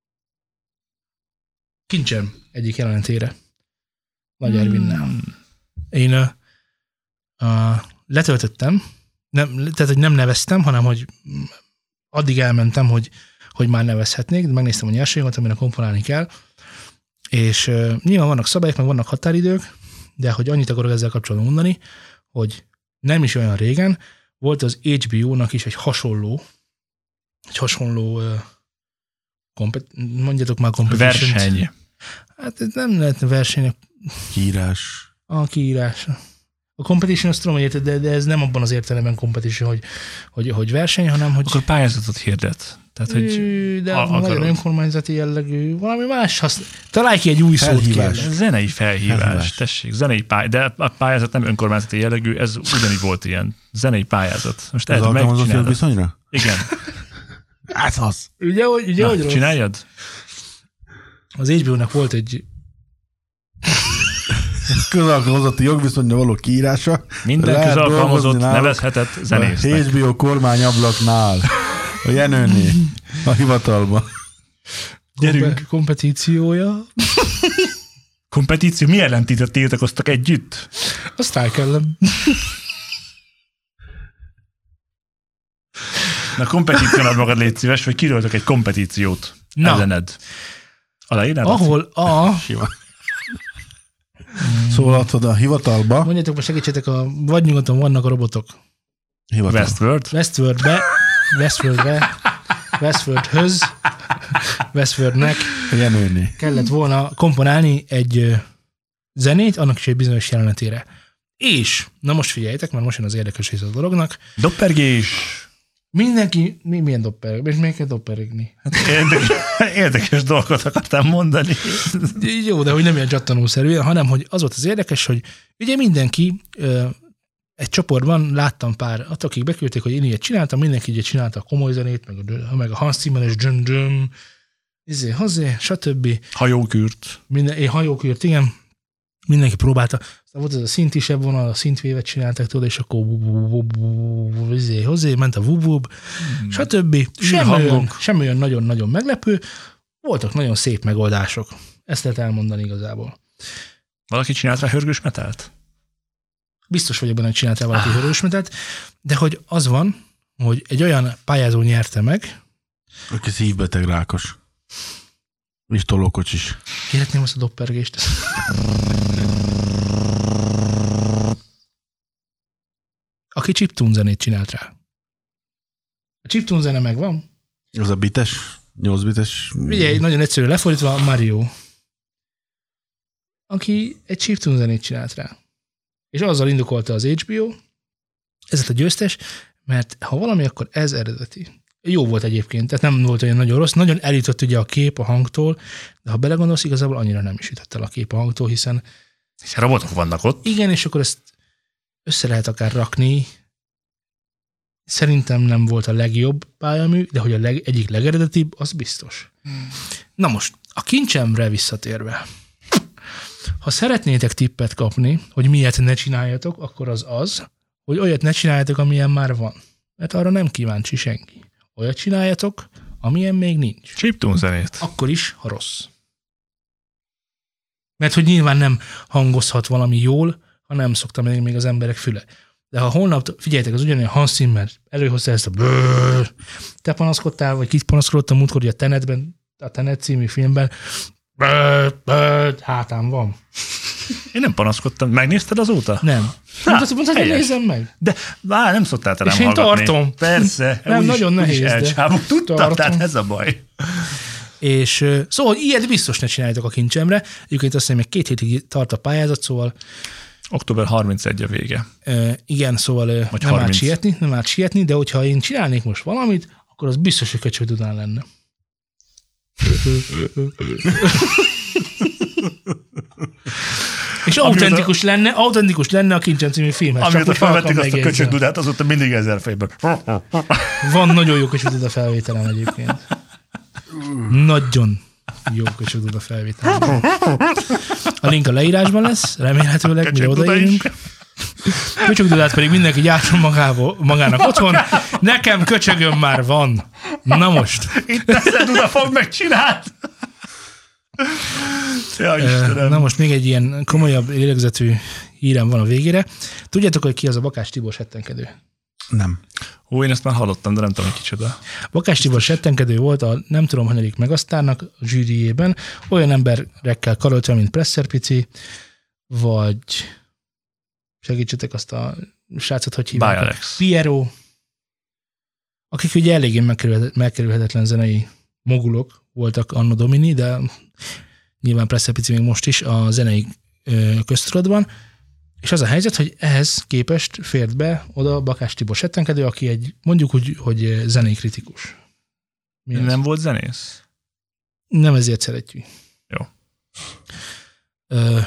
Speaker 2: Kincsem egyik jelenetére. Nagy Ervinnel. Én ö, ö, letöltöttem, nem, tehát hogy nem neveztem, hanem hogy addig elmentem, hogy, hogy már nevezhetnék, de megnéztem a nyersanyagot, amire komponálni kell, és ö, nyilván vannak szabályok, meg vannak határidők, de hogy annyit akarok ezzel kapcsolatban mondani, hogy nem is olyan régen volt az há bé ó-nak is egy hasonló, egy hasonló, uh, kompet- mondjatok már competition.
Speaker 3: Verseny.
Speaker 2: Hát ez nem lehet verseny,
Speaker 1: Kiírás.
Speaker 2: a kiírás. A competition azt tudom, hogy de, de ez nem abban az értelemben competition, hogy, hogy, hogy verseny, hanem hogy...
Speaker 3: Akkor pályázatot hirdet. Tehát, hogy
Speaker 2: de
Speaker 3: a-
Speaker 2: nagyon
Speaker 3: akarod.
Speaker 2: önkormányzati jellegű, valami más hasz... Találj ki egy új szót,
Speaker 1: Felhívás.
Speaker 2: kérlek.
Speaker 3: zenei felhívás,
Speaker 1: Felhívás.
Speaker 3: tessék, zenei pályázat, de a pályázat nem önkormányzati jellegű, ez ugyanígy volt ilyen. Zenei pályázat. Most
Speaker 1: Az
Speaker 3: ezt
Speaker 1: alkalmazott
Speaker 3: megcsinálod.
Speaker 1: jogviszonyra?
Speaker 3: Igen.
Speaker 1: Ez az.
Speaker 2: Ugye, hogy, ugye,
Speaker 3: Na,
Speaker 2: hogy rossz?
Speaker 3: csináljad?
Speaker 2: Az há bé ó-nak volt egy
Speaker 1: Közalkalmazotti jogviszonyra való kiírása.
Speaker 3: Minden
Speaker 1: Lehet
Speaker 3: közalkalmazott
Speaker 1: dolgozni náluk
Speaker 3: nevezhetett
Speaker 1: a
Speaker 3: zenésznek.
Speaker 1: há bé ó kormányablaknál. A Jenőné. A hivatalban.
Speaker 3: Gyerünk.
Speaker 2: kompe- kompetíciója.
Speaker 3: Kompetíció, mi ellen tiltakoztak együtt?
Speaker 2: Azt rá kellem.
Speaker 3: Na, kompetíciónál magad légy szíves, vagy kiröltök egy kompetíciót
Speaker 2: Na.
Speaker 3: ellened. Aláírnád?
Speaker 2: Ahol a...
Speaker 1: Sima. Szólaltod a hivatalba.
Speaker 2: Mondjátok, most segítsetek, a vagy nyugaton vannak a robotok.
Speaker 1: Hivatal.
Speaker 3: Westworld?
Speaker 2: Westworldbe, Westworldbe, Westworldhöz, Westworldnek
Speaker 1: A Jenőné.
Speaker 2: kellett volna komponálni egy ö, zenét, annak is egy bizonyos jelenetére. És, na most figyeljétek, mert most jön az érdekes rész a dolognak.
Speaker 3: Doppergés.
Speaker 2: Mindenki, mi, milyen dopper, és miért kell dopperigni?
Speaker 3: Hát érdekes, érdekes dolgot akartam mondani.
Speaker 2: Jó, de hogy nem ilyen csattanószerűen, hanem hogy az volt az érdekes, hogy ugye mindenki ö, egy csoportban láttam pár, akik beküldték, hogy én ilyet csináltam, mindenki ugye csinálta a komoly zenét, meg a, meg a Hans Zimmer-es dzsöm-dzsöm, izé, hozzá, stb.
Speaker 3: Hajókürt.
Speaker 2: Minden, én hajókürt, igen, mindenki próbálta. Aztán volt ez a szintisebb vonal, a szintvévet csináltak tőle, és akkor izé, hozzá, ment a vub stb. Semmi olyan, semmi olyan nagyon-nagyon meglepő. Voltak nagyon szép megoldások. Ezt lehet elmondani igazából.
Speaker 3: Valaki csinált rá hörgős metált?
Speaker 2: Biztos vagyok benne, hogy csináltál valaki hörösmetet, de hogy az van, hogy egy olyan pályázó nyerte meg.
Speaker 1: Aki szívbeteg rákos. És tolókocsis.
Speaker 2: Kérhetném azt a doppergést. Aki chiptune zenét csinált rá. A chiptune zene megvan.
Speaker 1: Az a bites, nyolc bites.
Speaker 2: Ugye, nagyon egyszerű lefordítva, Mario. aki egy chiptune zenét csinált rá. És azzal indokolta az há bé o, ez lett a győztes, mert ha valami, akkor ez eredeti. Jó volt egyébként, tehát nem volt olyan nagyon rossz. Nagyon elütött ugye a kép a hangtól, de ha belegondolsz, igazából annyira nem is ütött el a kép a hangtól, hiszen...
Speaker 3: És robotok vannak ott.
Speaker 2: Igen, és akkor ezt össze lehet akár rakni. Szerintem nem volt a legjobb pályamű, de hogy a leg, egyik legeredetibb, az biztos. Hmm. Na most, a kincsemre visszatérve. Ha szeretnétek tippet kapni, hogy miért ne csináljatok, akkor az az, hogy olyat ne csináljatok, amilyen már van. Mert arra nem kíváncsi senki. Olyat csináljatok, amilyen még nincs.
Speaker 3: Chiptune zenét.
Speaker 2: Akkor is, ha rossz. Mert hogy nyilván nem hangozhat valami jól, ha nem szokta még, még az emberek füle. De ha holnap, figyeljetek, az ugyanilyen Hans Zimmer előhozta ezt a brrrr, te panaszkodtál, vagy kit panaszkodott a múltkor, hogy a Tenetben, a Tenet című filmben brrrr, brrrr, hátán van.
Speaker 3: Én nem panaszkodtam. Megnézted azóta?
Speaker 2: Nem. Mondtad, mondtad, hogy nézzem meg.
Speaker 3: De vár, nem szoktál te
Speaker 2: és
Speaker 3: nem
Speaker 2: én
Speaker 3: hallgatni.
Speaker 2: tartom.
Speaker 3: Persze.
Speaker 2: Nem,
Speaker 3: úgy
Speaker 2: nagyon
Speaker 3: is,
Speaker 2: nehéz, de
Speaker 3: tudtam, tehát ez a baj.
Speaker 2: És szóval ilyet biztos ne csináljátok a kincsemre. Egyébként azt hiszem, még két hétig tart a pályázat, szóval
Speaker 3: október harmincegy a vége.
Speaker 2: E, igen, szóval
Speaker 3: vagy
Speaker 2: nem
Speaker 3: harminc.
Speaker 2: árt sietni, nem árt sietni, de hogyha én csinálnék most valamit, akkor az biztos, hogy köcsög tudán lenne. És autentikus lenne, autentikus lenne a Kincsem című filmhez.
Speaker 3: Amióta felvették azt a köcsög dudát, azóta mindig ezer fejben.
Speaker 2: Van nagyon jó köcsög duda felvételen egyébként. Nagyon jó köcsög duda felvételen. A link a leírásban lesz, remélhetőleg, mire odaérünk. Köcsög dudát pedig mindenki gyártson magából, magának otthon. Nekem köcsögöm már van. Na most.
Speaker 3: Itt ezzel duda fog megcsinált. Ja, Istenem.
Speaker 2: Na most még egy ilyen komolyabb lélegzetű hírem van a végére. Tudjátok, hogy ki az a Bakás Tibor settenkedő?
Speaker 1: Nem.
Speaker 3: Ó, én ezt már hallottam, de nem tudom, hogy kicsoda.
Speaker 2: Bakás Tibor settenkedő volt a nem tudom, hanyadik megasztárnak a zsűriében, olyan emberekkel karolta, mint Presser Pici, vagy segítsetek azt a srácot, hogy hívják?
Speaker 3: Alex.
Speaker 2: Piero, akik ugye eléggé megkerülhetetlen zenei mogulok voltak anno domini, de nyilván Presser Pici még most is a zenei köztudatban. És az a helyzet, hogy ehhez képest fért be oda Bakás Tibor settenkedő, aki egy, mondjuk úgy, hogy zenei kritikus. Mi
Speaker 3: nem
Speaker 2: az?
Speaker 3: volt zenész?
Speaker 2: Nem ezért szeretjük.
Speaker 3: Jó.
Speaker 2: Ö,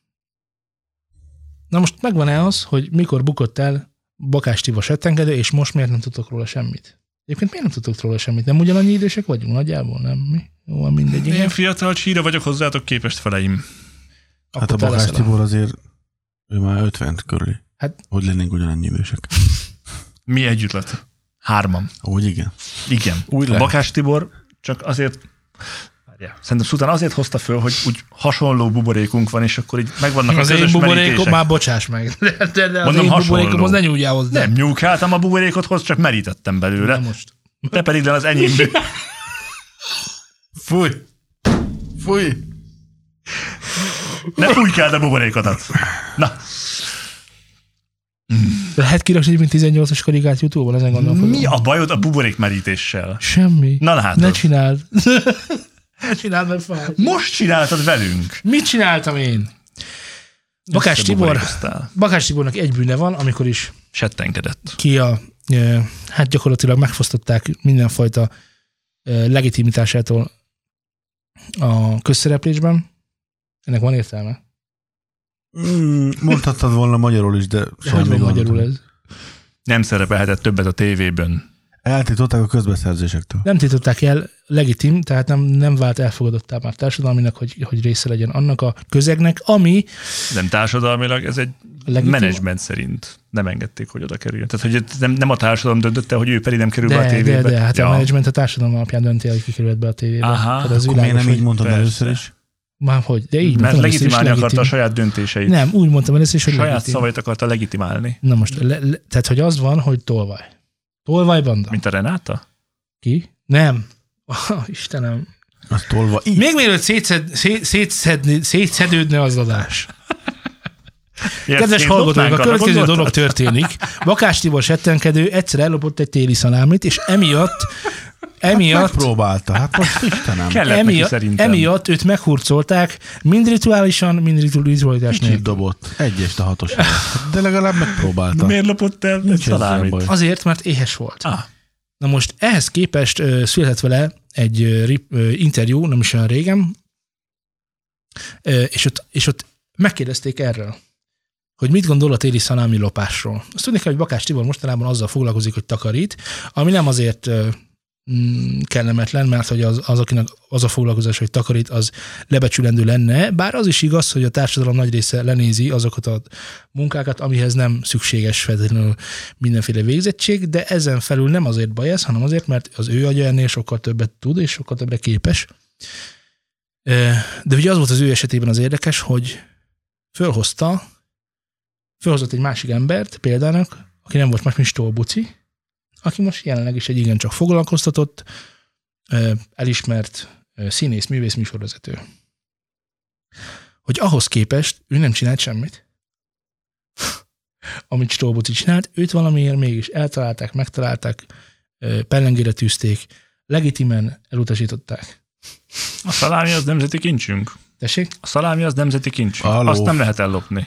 Speaker 2: na most megvan-e az, hogy mikor bukott el Bakás Tibor settenkedő, és most miért nem tudtok róla semmit? Egyébként miért nem tudtok róla semmit? Nem ugyanannyi idősek vagyunk nagyjából, nem? Mi? Jó, mindegy.
Speaker 3: Én fiatal csíra vagyok hozzátok képest feleim.
Speaker 1: Hát a Bakás Tibor azért ő már ötven körül. Hát, hogy lennénk ugyanannyi idősek.
Speaker 3: Mi együtt lett? Hárman.
Speaker 1: Úgy igen.
Speaker 3: Igen.
Speaker 1: Úgy
Speaker 3: a Bakás Tibor csak azért, várjál, szerintem Szután azért hozta föl, hogy úgy hasonló buborékunk van, és akkor így megvannak
Speaker 2: az
Speaker 3: a közös
Speaker 2: én buborékom,
Speaker 3: merítések.
Speaker 2: már bocsáss meg. De, de, de az
Speaker 3: Mondom,
Speaker 2: én
Speaker 3: hasonló.
Speaker 2: buborékomhoz ne nyúljál hozzá.
Speaker 3: Nem nyúlkáltam a buborékodhoz, csak merítettem belőle.
Speaker 2: Na most.
Speaker 3: Te pedig le az enyémből.
Speaker 1: Fúj! Fúj!
Speaker 3: Ne fújkáld a buborékodat. Na.
Speaker 2: Lehet kirakni, mint tizennyolcas karikát YouTube-on, ezen gondolkodom.
Speaker 3: Mi a bajod a buborék merítéssel?
Speaker 2: Semmi.
Speaker 3: Na látod.
Speaker 2: Ne csináld. Ne csináld, mert fáj.
Speaker 3: Most csináltad velünk.
Speaker 2: Mit csináltam én? Bakás Tibor, Bakás Tibornak egy bűne van, amikor is
Speaker 3: settenkedett.
Speaker 2: Ki a, hát gyakorlatilag megfosztották mindenfajta legitimitásától a közszereplésben. Ennek van értelme?
Speaker 1: Mm, mondhattad volna magyarul is, de,
Speaker 2: de
Speaker 1: semmi
Speaker 2: hogy van
Speaker 1: gond.
Speaker 2: magyarul ez?
Speaker 3: Nem szerepelhetett többet a tévében.
Speaker 1: Eltiltották a közbeszerzésektől.
Speaker 2: Nem tiltották el, legitim, tehát nem, nem vált elfogadottá már társadalminak, hogy, hogy része legyen annak a közegnek, ami...
Speaker 3: Nem társadalmilag, ez egy legitim... menedzsment szerint nem engedték, hogy oda kerüljön. Tehát, hogy nem, nem a társadalom döntötte, hogy ő pedig nem kerül
Speaker 2: de,
Speaker 3: be a tévébe.
Speaker 2: De, de, hát
Speaker 3: ja.
Speaker 2: a menedzsment a társadalom alapján dönti, hogy ki került be a tévébe.
Speaker 3: Aha,
Speaker 2: tehát az
Speaker 1: akkor miért nem így mondtad
Speaker 3: persze.
Speaker 1: először is?
Speaker 2: Már hogy? De így
Speaker 3: Mert legitimálni
Speaker 2: legitim.
Speaker 3: akarta a saját döntéseit.
Speaker 2: Nem, úgy mondtam először is, hogy
Speaker 3: saját
Speaker 2: legitim.
Speaker 3: szavait akarta legitimálni.
Speaker 2: Na most, le, le, tehát hogy az van, hogy tolvaj. Tolvaj banda.
Speaker 3: Mint a Renáta?
Speaker 2: Ki? Nem. Oh, Istenem.
Speaker 1: Az tolva. Így.
Speaker 2: Még mielőtt szétszed, szét, szétszedni, szétszedődne az adás. Kedves hallgatók, a következő dolog történik. Bakás Tibor settenkedő egyszer ellopott egy téli szalámit, és emiatt emiatt,
Speaker 1: Hát megpróbálta, hát most Istenem.
Speaker 3: Kellett neki
Speaker 2: emiatt,
Speaker 3: szerintem.
Speaker 2: emiatt őt meghurcolták, mind rituálisan, mind ritualitás
Speaker 1: Kicsit
Speaker 2: nélkül.
Speaker 1: dobott, egyest a hatos. De legalább megpróbálta.
Speaker 3: Miért lopott el?
Speaker 1: Nincs ezzel
Speaker 3: Szalámit.
Speaker 1: baj.
Speaker 2: Azért, mert éhes volt.
Speaker 3: Ah,
Speaker 2: Na most ehhez képest ö, született vele egy ö, rip, ö, interjú, nem is olyan régen, ö, és, ott, és ott megkérdezték erről, hogy mit gondol a téli szalámi lopásról. Azt tudni kell, hogy Bakás Tibor mostanában azzal foglalkozik, hogy takarít, ami nem azért ö, mm, kellemetlen, mert hogy az, az, akinek az a foglalkozás, hogy takarít, az lebecsülendő lenne, bár az is igaz, hogy a társadalom nagy része lenézi azokat a munkákat, amihez nem szükséges feltétlenül mindenféle végzettség, de ezen felül nem azért baj ez, hanem azért, mert az ő agya ennél sokkal többet tud, és sokkal többre képes. De ugye az volt az ő esetében az érdekes, hogy fölhozta, fölhozott egy másik embert példának, aki nem volt más, mint Stoll Buci, aki most jelenleg is egy igencsak foglalkoztatott, elismert színész, művész, műsorvezető. Hogy ahhoz képest ő nem csinált semmit, amit Stoll Buci csinált, őt valamiért mégis eltalálták, megtalálták, pellengére tűzték, legitimen elutasították.
Speaker 3: a szalámi az nemzeti kincsünk.
Speaker 2: Tessék?
Speaker 3: A szalámi az nemzeti kincsünk.
Speaker 1: Halló.
Speaker 3: Azt nem lehet ellopni.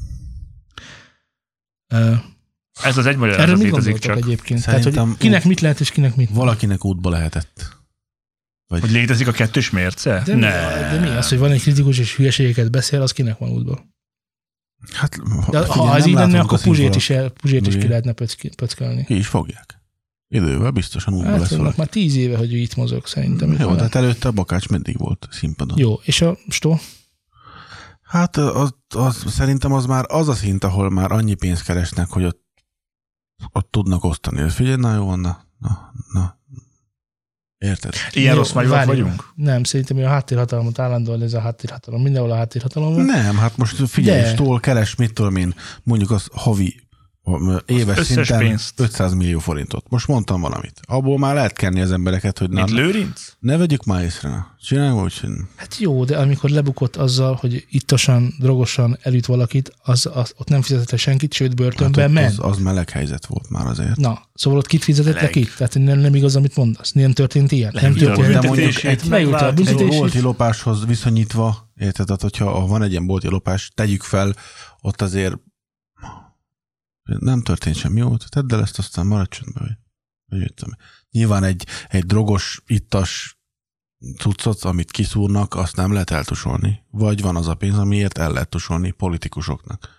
Speaker 2: Uh,
Speaker 3: Ez az egy
Speaker 2: Erről
Speaker 3: magyarázat
Speaker 2: mit
Speaker 3: létezik
Speaker 2: gondoltok
Speaker 3: csak.
Speaker 2: egyébként? Tehát,
Speaker 1: Szerintem
Speaker 2: hogy kinek
Speaker 1: úgy-
Speaker 2: mit lehet, és kinek mit?
Speaker 1: Valakinek útba lehetett. Vagy
Speaker 3: Hogy létezik a kettős mérce?
Speaker 2: De, mi, de mi az, hogy van egy kritikus és hülyeségeket beszél, az kinek van útban?
Speaker 1: hát,
Speaker 2: De
Speaker 1: figyelj,
Speaker 2: ha az
Speaker 1: nem
Speaker 2: így lenne,
Speaker 1: látunk
Speaker 2: akkor
Speaker 1: a
Speaker 2: Puzsért is,
Speaker 1: színvonalat.
Speaker 2: el, Puzsért is ki
Speaker 1: Puzsért.
Speaker 2: lehetne pöck- pöckölni.
Speaker 1: Ki is fogják. Idővel biztosan útba
Speaker 2: Hát
Speaker 1: lesz
Speaker 2: annak
Speaker 1: valaki.
Speaker 2: már tíz éve, hogy ő itt mozog szerintem.
Speaker 1: Jó, de hát előtte a Bakács meddig volt színpadon.
Speaker 2: Jó, és a Stó?
Speaker 1: Hát az, az, szerintem az már az a szint, ahol már annyi pénzt keresnek, hogy ott, ott tudnak osztani. Figyelj, na jó van, na, na, na. Érted?
Speaker 3: Ilyen
Speaker 2: Jó,
Speaker 3: rossz magyarok
Speaker 2: várjunk.
Speaker 3: vagyunk?
Speaker 2: Nem, szerintem ő a háttérhatalmat állandóan ez a háttérhatalom. Mindenhol a háttérhatalom van.
Speaker 1: Nem, hát most figyelj,
Speaker 2: De.
Speaker 1: Stoll keres, mit tudom én, mondjuk az havi, éves
Speaker 3: összes
Speaker 1: szinten
Speaker 3: pénzt.
Speaker 1: ötszáz millió forintot. Most mondtam valamit. Abból már lehet kenni az embereket, hogy na,
Speaker 3: Mint Lőrinc?
Speaker 1: ne vegyük már észre. Na. Csináljunk úgy, hogy
Speaker 2: Hát jó, de amikor lebukott azzal, hogy ittosan, drogosan elüt valakit, az, az ott nem fizetett le senkit, sőt börtönbe
Speaker 1: hát ott
Speaker 2: ment.
Speaker 1: az, az meleg helyzet volt már azért.
Speaker 2: Na, szóval ott kit fizetett le
Speaker 3: Meleg.
Speaker 2: ki? Tehát nem, nem igaz, amit mondasz. Nem történt ilyen? Nem
Speaker 3: Leülte a
Speaker 2: történt.
Speaker 1: De mondjuk
Speaker 3: büntetését,
Speaker 1: egy,
Speaker 2: leülte a
Speaker 3: megváltozott.
Speaker 1: egy
Speaker 2: büntetését.
Speaker 1: bolti lopáshoz viszonyítva, érted, tehát hogyha van egy ilyen bolti lopás, tegyük fel, ott azért nem történt semmi jót, tedd el ezt, aztán maradj csöndbe, vagy, vagy mit tudom. Nyilván egy, egy drogos, ittas cuccot, amit kiszúrnak, azt nem lehet eltusolni. Vagy van az a pénz, amiért el lehet tusolni politikusoknak.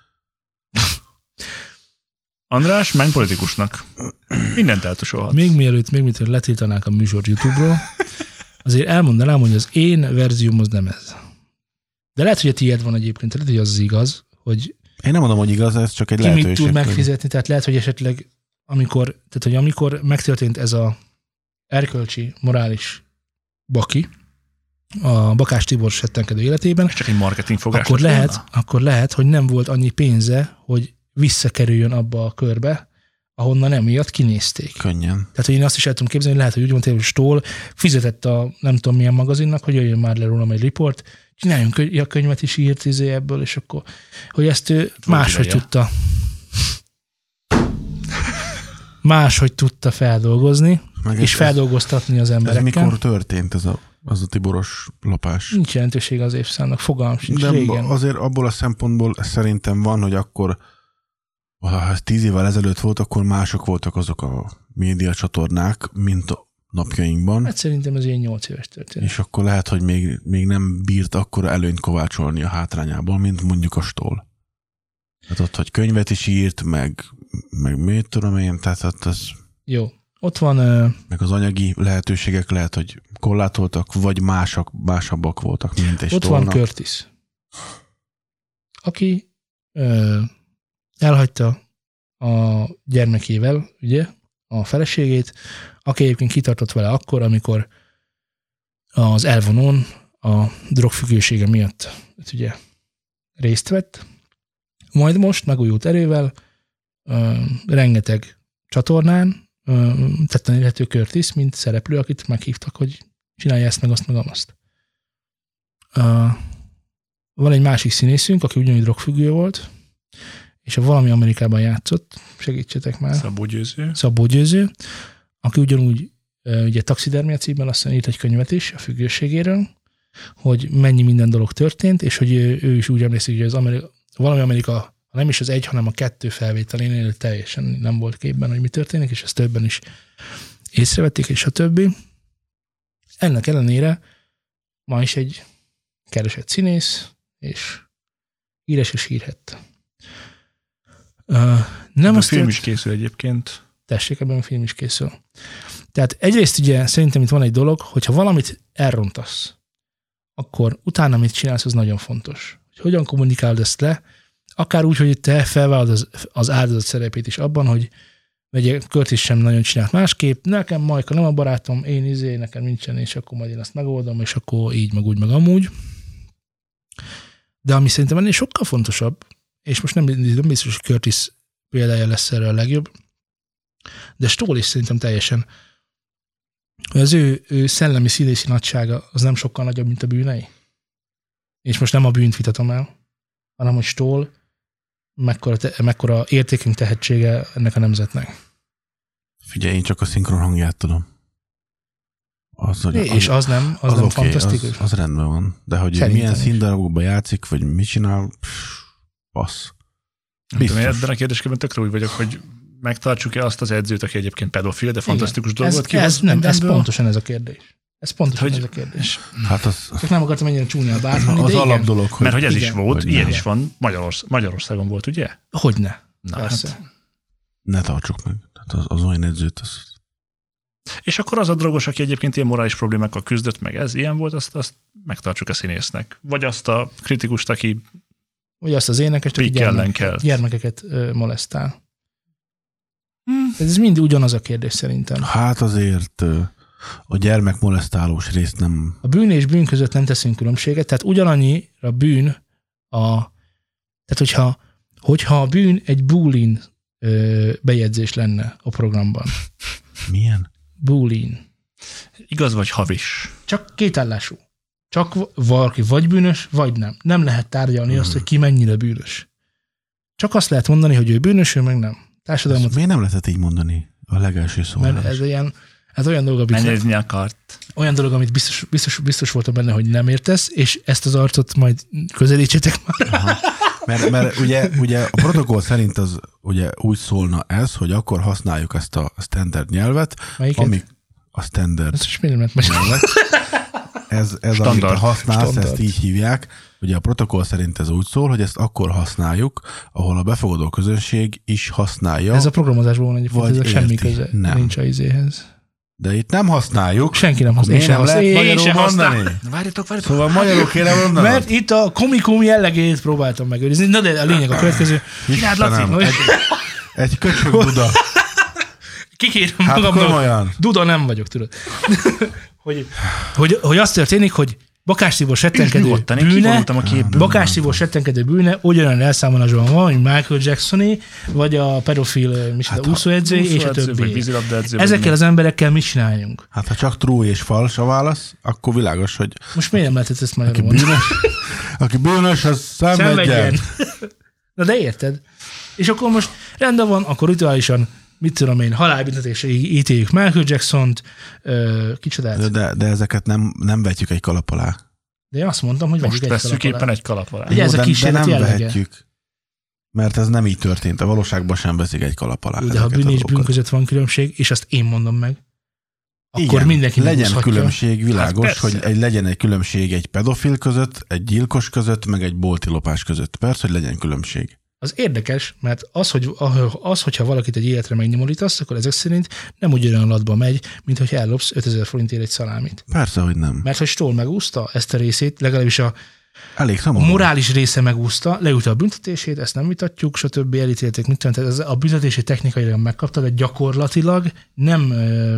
Speaker 3: András, menj politikusnak. Mindent eltusolhatsz.
Speaker 2: Még mielőtt, még mielőtt letiltanák a műsor YouTube-ról, azért elmondanám, hogy az én verzióm az nem ez. De lehet, hogy a tiéd van egyébként, lehet, hogy az, az igaz, hogy
Speaker 1: Én nem mondom, hogy igaz, ez csak egy
Speaker 2: ki mit
Speaker 1: lehetőség.
Speaker 2: tud
Speaker 1: hogy-
Speaker 2: megfizetni, tehát lehet, hogy esetleg amikor, tehát hogy amikor megtörtént ez a erkölcsi, morális baki a Bakás Tibor settenkedő életében,
Speaker 3: Ez csak egy marketing fogás.
Speaker 2: akkor
Speaker 3: lett
Speaker 2: lehet,
Speaker 3: volna?
Speaker 2: akkor lehet, hogy nem volt annyi pénze, hogy visszakerüljön abba a körbe, ahonnan emiatt kinézték.
Speaker 1: Könnyen.
Speaker 2: Tehát, hogy én azt is el tudom képzelni, hogy lehet, hogy úgy mondta, hogy Stoll fizetett a nem tudom milyen magazinnak, hogy jöjjön már le rólam egy riport, csináljunk kö- a könyvet is írt izé ebből, és akkor, hogy ezt ő máshogy
Speaker 3: ideje.
Speaker 2: tudta. Máshogy tudta feldolgozni,
Speaker 1: Meg
Speaker 2: és
Speaker 1: ez-
Speaker 2: feldolgoztatni az
Speaker 1: Ez
Speaker 2: emberekkel.
Speaker 1: mikor történt ez a, az a Tiboros lopás?
Speaker 2: Nincs jelentősége az évszámnak, fogalmam sincs,
Speaker 1: De
Speaker 2: régen.
Speaker 1: azért abból a szempontból szerintem van, hogy akkor ha ez tíz évvel ezelőtt volt, akkor mások voltak azok a média csatornák, mint a napjainkban,
Speaker 2: Hát szerintem ez ilyen nyolc éves történet.
Speaker 1: és akkor lehet, hogy még, még nem bírt akkora előnyt kovácsolni a hátrányából, mint mondjuk a Stoll. Tehát ott, hogy könyvet is írt, meg, meg mit tudom én, tehát ott az,
Speaker 2: Jó. Ott van, ö,
Speaker 1: meg az anyagi lehetőségek lehet, hogy korlátoltak, vagy másak, másabbak voltak, mint egy
Speaker 2: ott van
Speaker 1: Stollnak.
Speaker 2: Curtis, aki ö, elhagyta a gyermekével, ugye, a feleségét, aki egyébként kitartott vele akkor, amikor az elvonón a drogfüggősége miatt hát ugye, részt vett. Majd most megújult erővel ö, rengeteg csatornán ö, tetten érhető Curtis, mint szereplő, akit meghívtak, hogy csinálja ezt, meg azt, meg azt. Ö, van egy másik színészünk, aki ugyanúgy drogfüggő volt, és a Valami Amerikában játszott, segítsetek már,
Speaker 3: Szabó Győző.
Speaker 2: Szabó Győző, aki ugyanúgy ugye Taxidermia címben aztán írt egy könyvet is a függőségéről, hogy mennyi minden dolog történt, és hogy ő, ő is úgy emlékszik, hogy az Amerika, valami Amerika, nem is az egy, hanem a kettő felvételénél teljesen nem volt képben, hogy mi történik, és ezt többen is észrevették, és a többi. Ennek ellenére ma is egy keresett színész, és híres és hírhett. Uh, nem
Speaker 3: a
Speaker 2: azt
Speaker 3: film
Speaker 2: tört,
Speaker 3: is készül egyébként.
Speaker 2: Tessék, ebben a film is készül. Tehát egyrészt ugye szerintem itt van egy dolog, hogyha valamit elrontasz, akkor utána mit csinálsz, az nagyon fontos. Hogy hogyan kommunikálod ezt le, akár úgy, hogy te felvállalod az, az áldozat szerepét is abban, hogy ugye Curtis sem nagyon csinált másképp, nekem Majka nem a barátom, én izé, nekem nincsen, és akkor majd én azt megoldom, és akkor így, meg úgy, meg amúgy. De ami szerintem ennél sokkal fontosabb, és most nem, nem biztos, hogy Curtis példája lesz erre a legjobb, de Stoll is szerintem teljesen, hogy az ő, ő szellemi színészi nagysága az nem sokkal nagyobb, mint a bűnei. És most nem a bűnt vitatom el, hanem hogy Stoll mekkora, te, mekkora értékünk tehetsége ennek a nemzetnek.
Speaker 1: Figyelj, én csak a szinkron hangját tudom. Az, hogy
Speaker 2: és az, az nem, az, az nem okay, fantasztikus.
Speaker 1: Az, az rendben van. De hogy szerintem milyen színdarabokban játszik, vagy mit csinál, passz.
Speaker 3: Biztos. Ebben a kérdéskörben tökre úgy vagyok, hogy megtartsuk-e azt az edzőt, aki egyébként pedofil, de fantasztikus
Speaker 2: igen.
Speaker 3: dolgot
Speaker 2: ez, ez, nem, ez pontosan ez a kérdés. Ez pontosan hogy, ez a kérdés.
Speaker 1: Hát az,
Speaker 2: csak nem akartam ennyire csúnyán bátolni,
Speaker 1: az
Speaker 2: de
Speaker 1: alap dolog, hogy
Speaker 3: mert hogy ez
Speaker 2: igen,
Speaker 3: is volt, ilyen
Speaker 1: nem.
Speaker 3: is van, Magyarorsz- Magyarországon volt, ugye?
Speaker 2: Hogyne.
Speaker 3: Na,
Speaker 2: persze.
Speaker 3: Hát.
Speaker 1: Ne tartsuk meg. Tehát az, az olyan edzőt, az...
Speaker 3: És akkor az a drogos, aki egyébként ilyen morális problémákkal küzdött meg, ez ilyen volt, azt, azt megtartsuk a színésznek. Vagy azt a kritikust, aki
Speaker 2: vagy azt az énekest, aki gyermekeket, gyermekeket ö, molesztál. Hmm. Ez mind ugyanaz a kérdés szerintem.
Speaker 1: Hát azért a gyermekmolesztálós részt nem...
Speaker 2: A bűn és bűn között nem teszünk különbséget, tehát ugyanannyi a bűn a... Tehát hogyha, hogyha a bűn egy boolean ö, bejegyzés lenne a programban.
Speaker 1: Milyen?
Speaker 2: Boolean.
Speaker 3: Igaz vagy havis?
Speaker 2: Csak kétállású. Csak valaki vagy bűnös, vagy nem. Nem lehet tárgyalni hmm. azt, hogy ki mennyire bűnös. Csak azt lehet mondani, hogy ő bűnös, ő meg nem. Társadalmat...
Speaker 1: Miért nem lehetett így mondani a legelső szólás?
Speaker 2: Mert ez ilyen, ez olyan dolog, amit...
Speaker 3: Menyezni akart.
Speaker 2: Olyan dolog, amit biztos, biztos, biztos voltam benne, hogy nem értesz, és ezt az arcot majd közelítsétek már.
Speaker 1: Aha. Mert, mert ugye, ugye a protokoll szerint az ugye úgy szólna ez, hogy akkor használjuk ezt a standard nyelvet.
Speaker 2: Melyiket?
Speaker 1: Ami a standard
Speaker 2: ez is miért nem
Speaker 1: nyelvet. Ez, ez amit használsz, Standard. Ezt így hívják. Ugye a protokoll szerint ez úgy szól, hogy ezt akkor használjuk, ahol a befogadó közönség is használja.
Speaker 2: Ez a programozásban van egyébként, ez semmi köze nem. nincs a izéhez.
Speaker 1: De itt nem használjuk.
Speaker 2: Senki nem használja.
Speaker 1: Én sem lehet magyarul mondani.
Speaker 3: Várjatok, várjatok.
Speaker 1: Szóval magyarul kéne mondani.
Speaker 2: Mert itt a komikum jellegét próbáltam megőrizni. Na de a lényeg a következő.
Speaker 1: Csináld, Laci! Egy, egy köcsög Duda.
Speaker 2: Kikérem
Speaker 1: hát
Speaker 2: magamnak.
Speaker 1: Komolyan.
Speaker 2: Duda nem vagyok, tudod. hogy, hogy, hogy az történik, hogy Bakás Tibor settenkedő bűne, Bakás Tibor settenkedő bűne ugyanolyan elszámolásban van, hogy Michael Jacksoné, vagy a pedofil hát, úszóedző, és a többi. Ezekkel az emberekkel mit csináljunk?
Speaker 1: Hát ha csak true és fals a válasz, akkor világos, hogy...
Speaker 2: Most miért nem lehetett ezt magyarul
Speaker 1: mondani? Bűnös, aki bűnös, az szenvedjen.
Speaker 2: Na de érted? És akkor most rendben van, akkor rituálisan mit tudom én, halálbüntetésre ítéljük Michael Jacksont, uh, kicsodát.
Speaker 1: De, de ezeket nem, nem vetjük egy kalap alá.
Speaker 2: De én azt mondtam, hogy
Speaker 3: most vesszük éppen egy kalap alá.
Speaker 2: Jó, ez
Speaker 1: de,
Speaker 2: a kísérlet
Speaker 1: de nem
Speaker 2: jellege.
Speaker 1: vehetjük, mert ez nem így történt. A valóságban sem veszik egy kalap alá.
Speaker 2: De ha bűn és bűn között van különbség, és azt én mondom meg, akkor
Speaker 1: igen,
Speaker 2: mindenki
Speaker 1: legyen
Speaker 2: meghúzhatja.
Speaker 1: Különbség, világos,
Speaker 3: hát
Speaker 1: hogy egy, legyen egy különbség egy pedofil között, egy gyilkos között, meg egy boltilopás között. Persze, hogy legyen különbség.
Speaker 2: Az érdekes, mert az, hogy, az, hogyha valakit egy életre megnyomorítasz, akkor ezek szerint nem ugyanolyan latba megy, mint hogy ellopsz ötezer forintért egy szalámit.
Speaker 1: Persze, hogy nem.
Speaker 2: Mert hogy Stoll megúszta ezt a részét, legalábbis a,
Speaker 1: Elég
Speaker 2: a morális része megúszta, leülte a büntetését, ezt nem vitatjuk, stb. Elítélték, mit tudom, tehát a büntetési technikailag megkapta, de gyakorlatilag nem ö,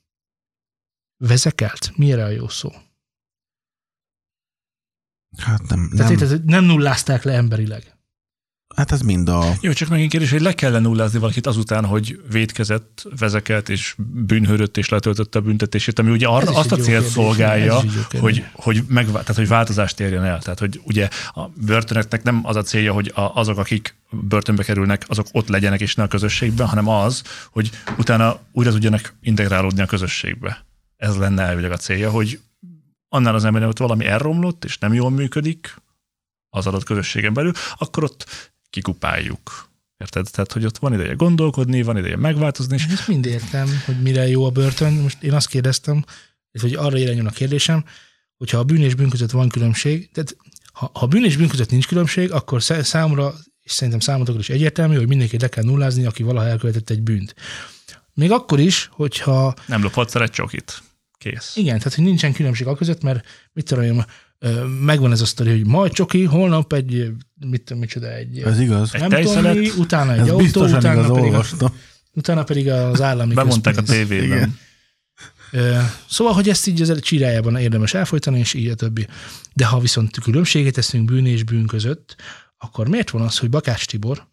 Speaker 2: vezekelt. Mire a jó szó?
Speaker 1: Hát nem.
Speaker 2: Tehát
Speaker 1: nem.
Speaker 2: Itt, nem nullázták le emberileg.
Speaker 1: Hát ez mind a...
Speaker 3: Jó, csak megint kérdés, hogy le kell nullázni valakit azután, hogy vétkezett, vezekelt és bűnhődött és letöltötte a büntetését, ami ugye arra, azt a célt kérdés, szolgálja, hogy, hogy, meg, tehát, hogy változást érjen el. Tehát, hogy ugye a börtönöknek nem az a célja, hogy a, azok, akik börtönbe kerülnek, azok ott legyenek és ne a közösségben, hanem az, hogy utána újra tudjanak integrálódni a közösségbe. Ez lenne elvileg a célja, hogy annál az embernek ott valami elromlott és nem jól működik az adott közösségen belül, akkor ott kikupáljuk. Érted? Tehát, hogy ott van ideje gondolkodni, van ideje megváltozni. És...
Speaker 2: Ezt mind értem, hogy mire jó a börtön. Most én azt kérdeztem, hogy arra irányul a kérdésem, hogyha a bűn és bűn között van különbség, tehát ha, ha bűn és bűn között nincs különbség, akkor számomra, és szerintem számotokra is egyértelmű, hogy mindenki le kell nullázni, aki valaha elkövetett egy bűnt. Még akkor is, hogyha...
Speaker 3: Nem lophatsz egy csokit. Kész.
Speaker 2: Igen, tehát hogy nincsen különbség a között, mert mit tudom én, megvan ez a sztori, hogy majd csoki, holnap egy, mit tudom, micsoda, egy...
Speaker 1: Ez igaz.
Speaker 2: Nem tudom mi, utána egy
Speaker 1: ez
Speaker 2: autó, utána
Speaker 1: igaz,
Speaker 2: pedig, a, utána pedig az állami
Speaker 3: bemondták közpénz. A tévében.
Speaker 2: Szóval, hogy ezt így az csirájában érdemes elfolytani, és így a többi. De ha viszont különbséget teszünk bűn és bűn között, akkor miért van az, hogy Bakács Tibor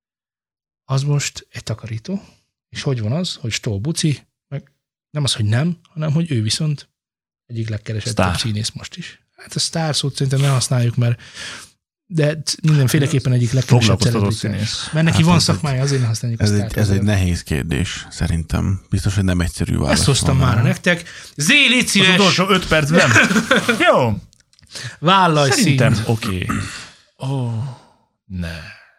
Speaker 2: az most egy takarító, és hogy van az, hogy Stoll Buci, meg nem az, hogy nem, hanem hogy ő viszont egyik legkeresettebb színész most is. Hát a sztár szót szerintem ne használjuk, mert de mindenféleképpen egyik legkeresebb színész. Mert neki hát van szakmája, azért ne használjuk
Speaker 1: ez
Speaker 2: a sztárt.
Speaker 1: Egy, ez egy nehéz kérdés, szerintem. Biztos, hogy nem egyszerű válasz.
Speaker 2: Ezt hoztam már nektek. Zé, légy szíves!
Speaker 3: Az utolsó öt percben. Jó.
Speaker 2: Vállalj színt.
Speaker 3: Szerintem oké. Ó, oh, ne.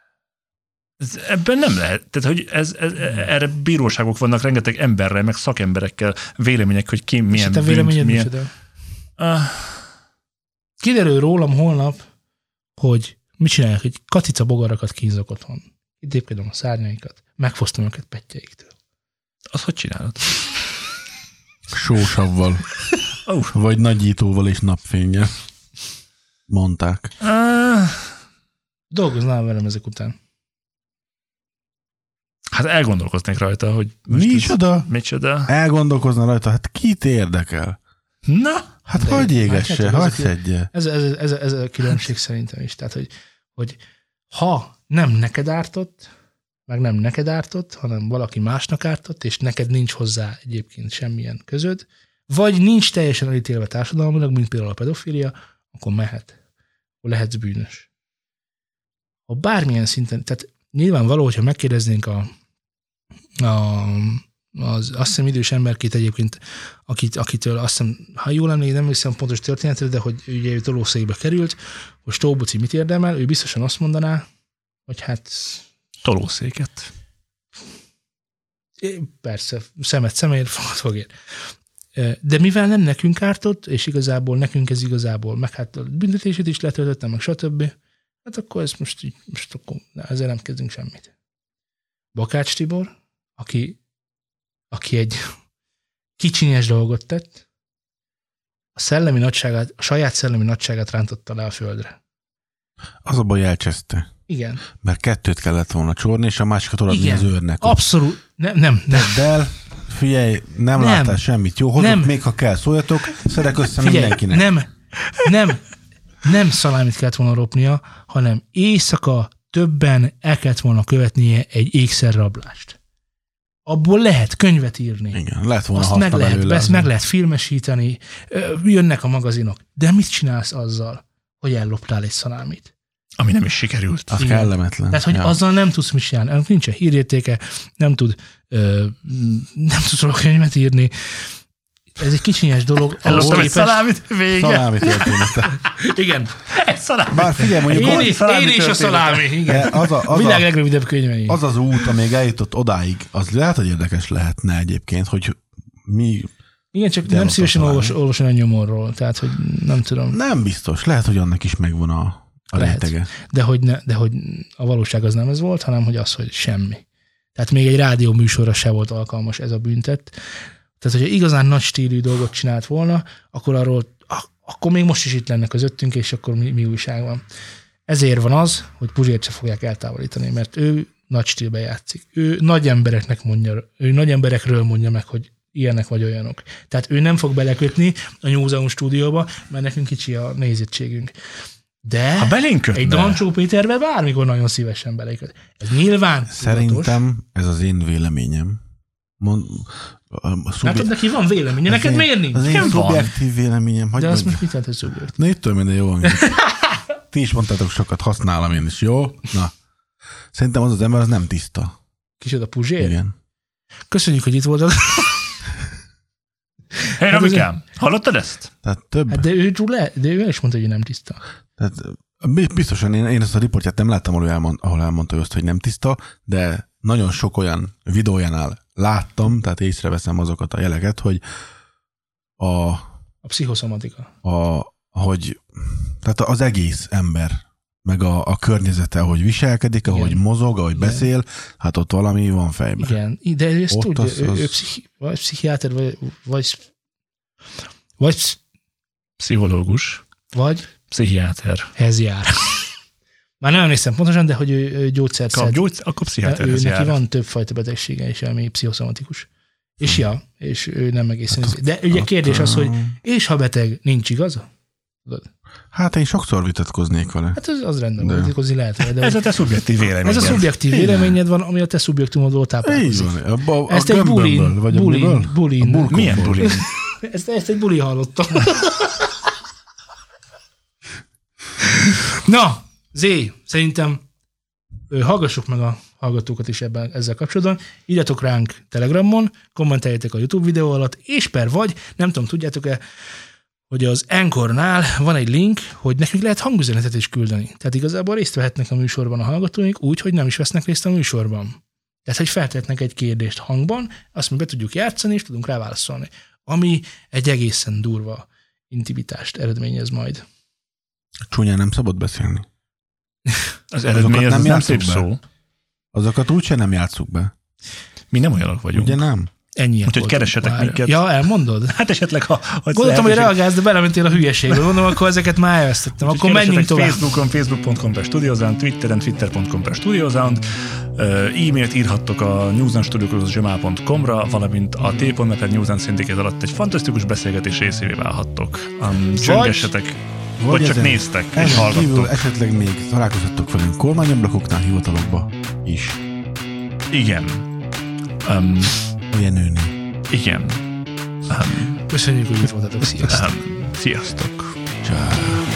Speaker 3: Ez, ebben nem lehet. Tehát, hogy ez, ez, erre bíróságok vannak rengeteg emberrel, meg szakemberekkel, vélemények, hogy ki milyen bűnt. És te véleményed milyen... Uh,
Speaker 2: Kiderül rólam holnap, hogy mit csinálják, hogy katica bogarakat kínzok otthon. Idépkedem a szárnyaikat, megfosztom őket pettyeiktől.
Speaker 3: Az hogy csinálod?
Speaker 1: Sósavval.
Speaker 3: Oh.
Speaker 1: Vagy nagyítóval és napfénnyel. Mondták.
Speaker 2: Uh, Dolgoznál velem ezek után.
Speaker 3: Hát elgondolkoznék rajta, hogy...
Speaker 1: Micsoda?
Speaker 3: Micsoda?
Speaker 1: Elgondolkozna rajta, hát kit érdekel?
Speaker 3: Na?
Speaker 1: Hát hogy égesse, hadd szedje.
Speaker 2: Ez, ez, ez, ez a különbség szerintem is. Tehát, hogy, hogy ha nem neked ártott, meg nem neked ártott, hanem valaki másnak ártott, és neked nincs hozzá egyébként semmilyen közöd, vagy nincs teljesen elítélve társadalmilag, mint például a pedofília, akkor mehet. Akkor lehetsz bűnös. Ha bármilyen szinten, tehát nyilvánvaló, hogyha megkérdeznénk a, a az azt hiszem idős emberkét egyébként, akit, akitől azt hiszem, ha jól emlékszem, nem hiszem pontos történetre, de hogy ugye ő tolószékbe került, hogy Stoll Buci mit érdemel, ő biztosan azt mondaná, hogy hát...
Speaker 3: Tolószéket.
Speaker 2: Persze, szemet szemért, fogad fogért. De mivel nem nekünk ártott, és igazából nekünk ez igazából, meg hát a büntetését is letöltöttem, meg stb., hát akkor ez most így, most akkor ezzel nem kezdünk semmit. Bakács Tibor, aki aki egy kicsinyes dolgot tett, a szellemi nagyságát, a saját szellemi nagyságát rántotta le a földre.
Speaker 1: Az a baj, elcseszte.
Speaker 2: Igen.
Speaker 1: Mert kettőt kellett volna csorni, és a másikat odaadni az őrnek.
Speaker 2: Abszolút. Nem, nem, nem.
Speaker 1: Tedd el, figyelj, nem, nem láttál semmit. Jó, hozok nem. Még ha kell, szóljatok, szedek össze figyelj, mindenkinek.
Speaker 2: Nem, nem, nem szalámit kellett volna ropnia, hanem éjszaka többen el kellett volna követnie egy ékszerrablást. Abból lehet könyvet írni.
Speaker 1: Igen, lehet volna
Speaker 2: azt meg lehet, besz, meg lehet filmesíteni, jönnek a magazinok. De mit csinálsz azzal, hogy elloptál egy szalámit?
Speaker 3: Ami nem is sikerült.
Speaker 1: Az igen. Kellemetlen.
Speaker 2: Tehát, hogy ja. azzal nem tudsz mit csinálni. Nincs a hírértéke, nem tud ö, nem tudsz róla könyvet írni. Ez egy kicsinyes dolog.
Speaker 3: Elloptam egy szalámit, vége.
Speaker 1: Szalámi története.
Speaker 2: Igen.
Speaker 3: Egy szalámi.
Speaker 1: Bár figyelj, mondjuk...
Speaker 2: Én, is, én is a szalámi. Igen.
Speaker 1: Az a, az
Speaker 2: világ legrövidebb könyvei.
Speaker 1: Az az út, amíg eljutott odáig, az lehet, hogy érdekes lehetne egyébként, hogy mi...
Speaker 2: Igen, csak nem szívesen olvas, olvasom a nyomorról, tehát, hogy nem tudom.
Speaker 1: Nem biztos. Lehet, hogy annak is megvan a, a rétege.
Speaker 2: De hogy, ne, de hogy a valóság az nem ez volt, hanem hogy az, hogy semmi. Tehát még egy rádió műsorra se volt alkalmas ez a büntet. Tehát, hogyha igazán nagy stílű dolgot csinált volna, akkor arról, akkor még most is itt lenne közöttünk, és akkor mi, mi újság van. Ezért van az, hogy Puzsért se fogják eltávolítani, mert ő nagy stílben játszik. Ő nagy embereknek mondja, ő nagy emberekről mondja meg, hogy ilyenek vagy olyanok. Tehát ő nem fog belekötni a New Zealand stúdióba, mert nekünk kicsi a nézettségünk. De
Speaker 3: ha belénk kötne.
Speaker 2: egy Dancsó Péterbe bármikor nagyon szívesen beléköt. Ez nyilván
Speaker 1: Szerintem
Speaker 2: tudatos.
Speaker 1: ez az én véleményem. Mond, a
Speaker 2: Látod,
Speaker 1: szubje...
Speaker 2: neki van véleménye, neked
Speaker 1: én,
Speaker 2: miért nincs?
Speaker 1: Az én
Speaker 2: Nem van.
Speaker 1: szubjektív véleményem.
Speaker 2: De azt most mit jelent, hogy szubjektív?
Speaker 1: Na, itt tudom, minden jó hangzik. Ti is mondtátok sokat, használom én is, jó? Na. Szerintem az az ember, az nem tiszta.
Speaker 2: Kicsoda Puzsér?
Speaker 1: Igen.
Speaker 2: Köszönjük, hogy itt voltak.
Speaker 3: Hely,
Speaker 2: Hát
Speaker 3: Romikám, hallottad ezt?
Speaker 1: Tehát több...
Speaker 2: Hát de ő, le, de ő is mondta, hogy nem tiszta.
Speaker 1: Tehát biztosan én, én ezt a riportját nem láttam, ahol, elmond, ahol elmondta azt, hogy nem tiszta, de nagyon sok olyan videójánál láttam, tehát észreveszem azokat a jeleket, hogy a,
Speaker 2: A pszichoszomatika.
Speaker 1: a hogy tehát az egész ember, meg a, a környezete, ahogy viselkedik,
Speaker 2: Igen.
Speaker 1: ahogy mozog, ahogy
Speaker 2: Igen.
Speaker 1: beszél, hát ott valami van fejben.
Speaker 2: Igen, de ő ezt
Speaker 1: Ott
Speaker 2: tudja,
Speaker 1: az-
Speaker 2: ő,
Speaker 1: az-
Speaker 2: ő pszichi, vagy pszichiáter, vagy, vagy, vagy, psz-
Speaker 3: Pszichológus,
Speaker 2: vagy
Speaker 3: pszichiáter.
Speaker 2: ez jár. Már nem emlékszem pontosan, de hogy ő, ő gyógyszert
Speaker 3: Kap
Speaker 2: szed.
Speaker 3: gyógy, akkor
Speaker 2: De ő
Speaker 3: pszichiáterhez
Speaker 2: neki
Speaker 3: jár.
Speaker 2: van többfajta betegsége is, ami pszichoszomatikus. És ja, és ő nem egészen.
Speaker 1: Hát
Speaker 2: De ugye
Speaker 1: ott,
Speaker 2: kérdés az, hogy
Speaker 1: uh,
Speaker 2: és ha beteg, nincs igaza? Tudod?
Speaker 1: Hát én sokszor vitatkoznék vele.
Speaker 2: Hát az, az rendben
Speaker 1: De-
Speaker 2: van, vitatkozni lehet vele, de
Speaker 3: Ez
Speaker 2: hogy
Speaker 3: a te szubjektív véleményed.
Speaker 2: ez a szubjektív véleményed van, ami a te szubjektumodból
Speaker 1: Így
Speaker 2: táplálkozik.
Speaker 1: van. A, a,
Speaker 2: Ezt
Speaker 1: a
Speaker 2: egy
Speaker 1: gömbömből,
Speaker 2: bulin,
Speaker 1: vagy a
Speaker 2: bulin,
Speaker 1: miből?
Speaker 2: bulin.
Speaker 1: A bulkomból.
Speaker 3: Milyen bulin?
Speaker 2: Ezt, ezt egy buli hallottam. Na, Zé, szerintem ö, hallgassuk meg a hallgatókat is ebben ezzel kapcsolatban. Írjatok ránk Telegramon, kommenteljetek a YouTube videó alatt, és per vagy, nem tudom, tudjátok-e, hogy az Anchornál van egy link, hogy nekünk lehet hangüzenetet is küldeni. Tehát igazából részt vehetnek a műsorban a hallgatóink úgy, hogy nem is vesznek részt a műsorban. Tehát, hogy feltehetnek egy kérdést hangban, azt mi be tudjuk játszani, és tudunk rá válaszolni. Ami egy egészen durva intimitást eredményez majd.
Speaker 1: Csúnyán nem szabad beszélni.
Speaker 3: Az eredmény
Speaker 1: Azokat
Speaker 3: az
Speaker 1: nem
Speaker 3: nem, nem szép
Speaker 1: játsszuk be.
Speaker 3: szó.
Speaker 1: Azokat úgyse nem játsszuk be.
Speaker 3: Mi nem olyanok vagyunk.
Speaker 1: Ugye nem?
Speaker 2: Ennyi.
Speaker 3: Úgyhogy keressetek minket.
Speaker 2: Ja, elmondod?
Speaker 3: Hát esetleg, ha... hogy
Speaker 2: Gondoltam, hogy
Speaker 3: lehetőség-
Speaker 2: reagálsz, de belementél a hülyeségbe. Mondom, akkor ezeket már elvesztettem.
Speaker 3: Úgyhogy
Speaker 2: Akkor menjünk
Speaker 3: keressetek
Speaker 2: tovább.
Speaker 3: Facebookon, facebook pont com per studiosound, Twitteren, twitter pont com per studiosound, e-mailt írhattok a newsandstudio gmail pont com-ra, valamint a t pont net News and Syndicate alatt egy fantasztikus beszélgetés részévé válhattok. Um, Csöngessetek, vagy, vagy csak
Speaker 1: ezen-
Speaker 3: néztek és
Speaker 1: ezen kívül
Speaker 3: hallgattok.
Speaker 1: esetleg még találkozhattok velünk kormányablakoknál, hivatalokba is.
Speaker 3: Igen. Um,
Speaker 1: Olyan nőni.
Speaker 3: igen. Um,
Speaker 2: Köszönjük, hogy itt voltatok. Sziasztok.
Speaker 3: um, sziasztok.
Speaker 1: Ciao.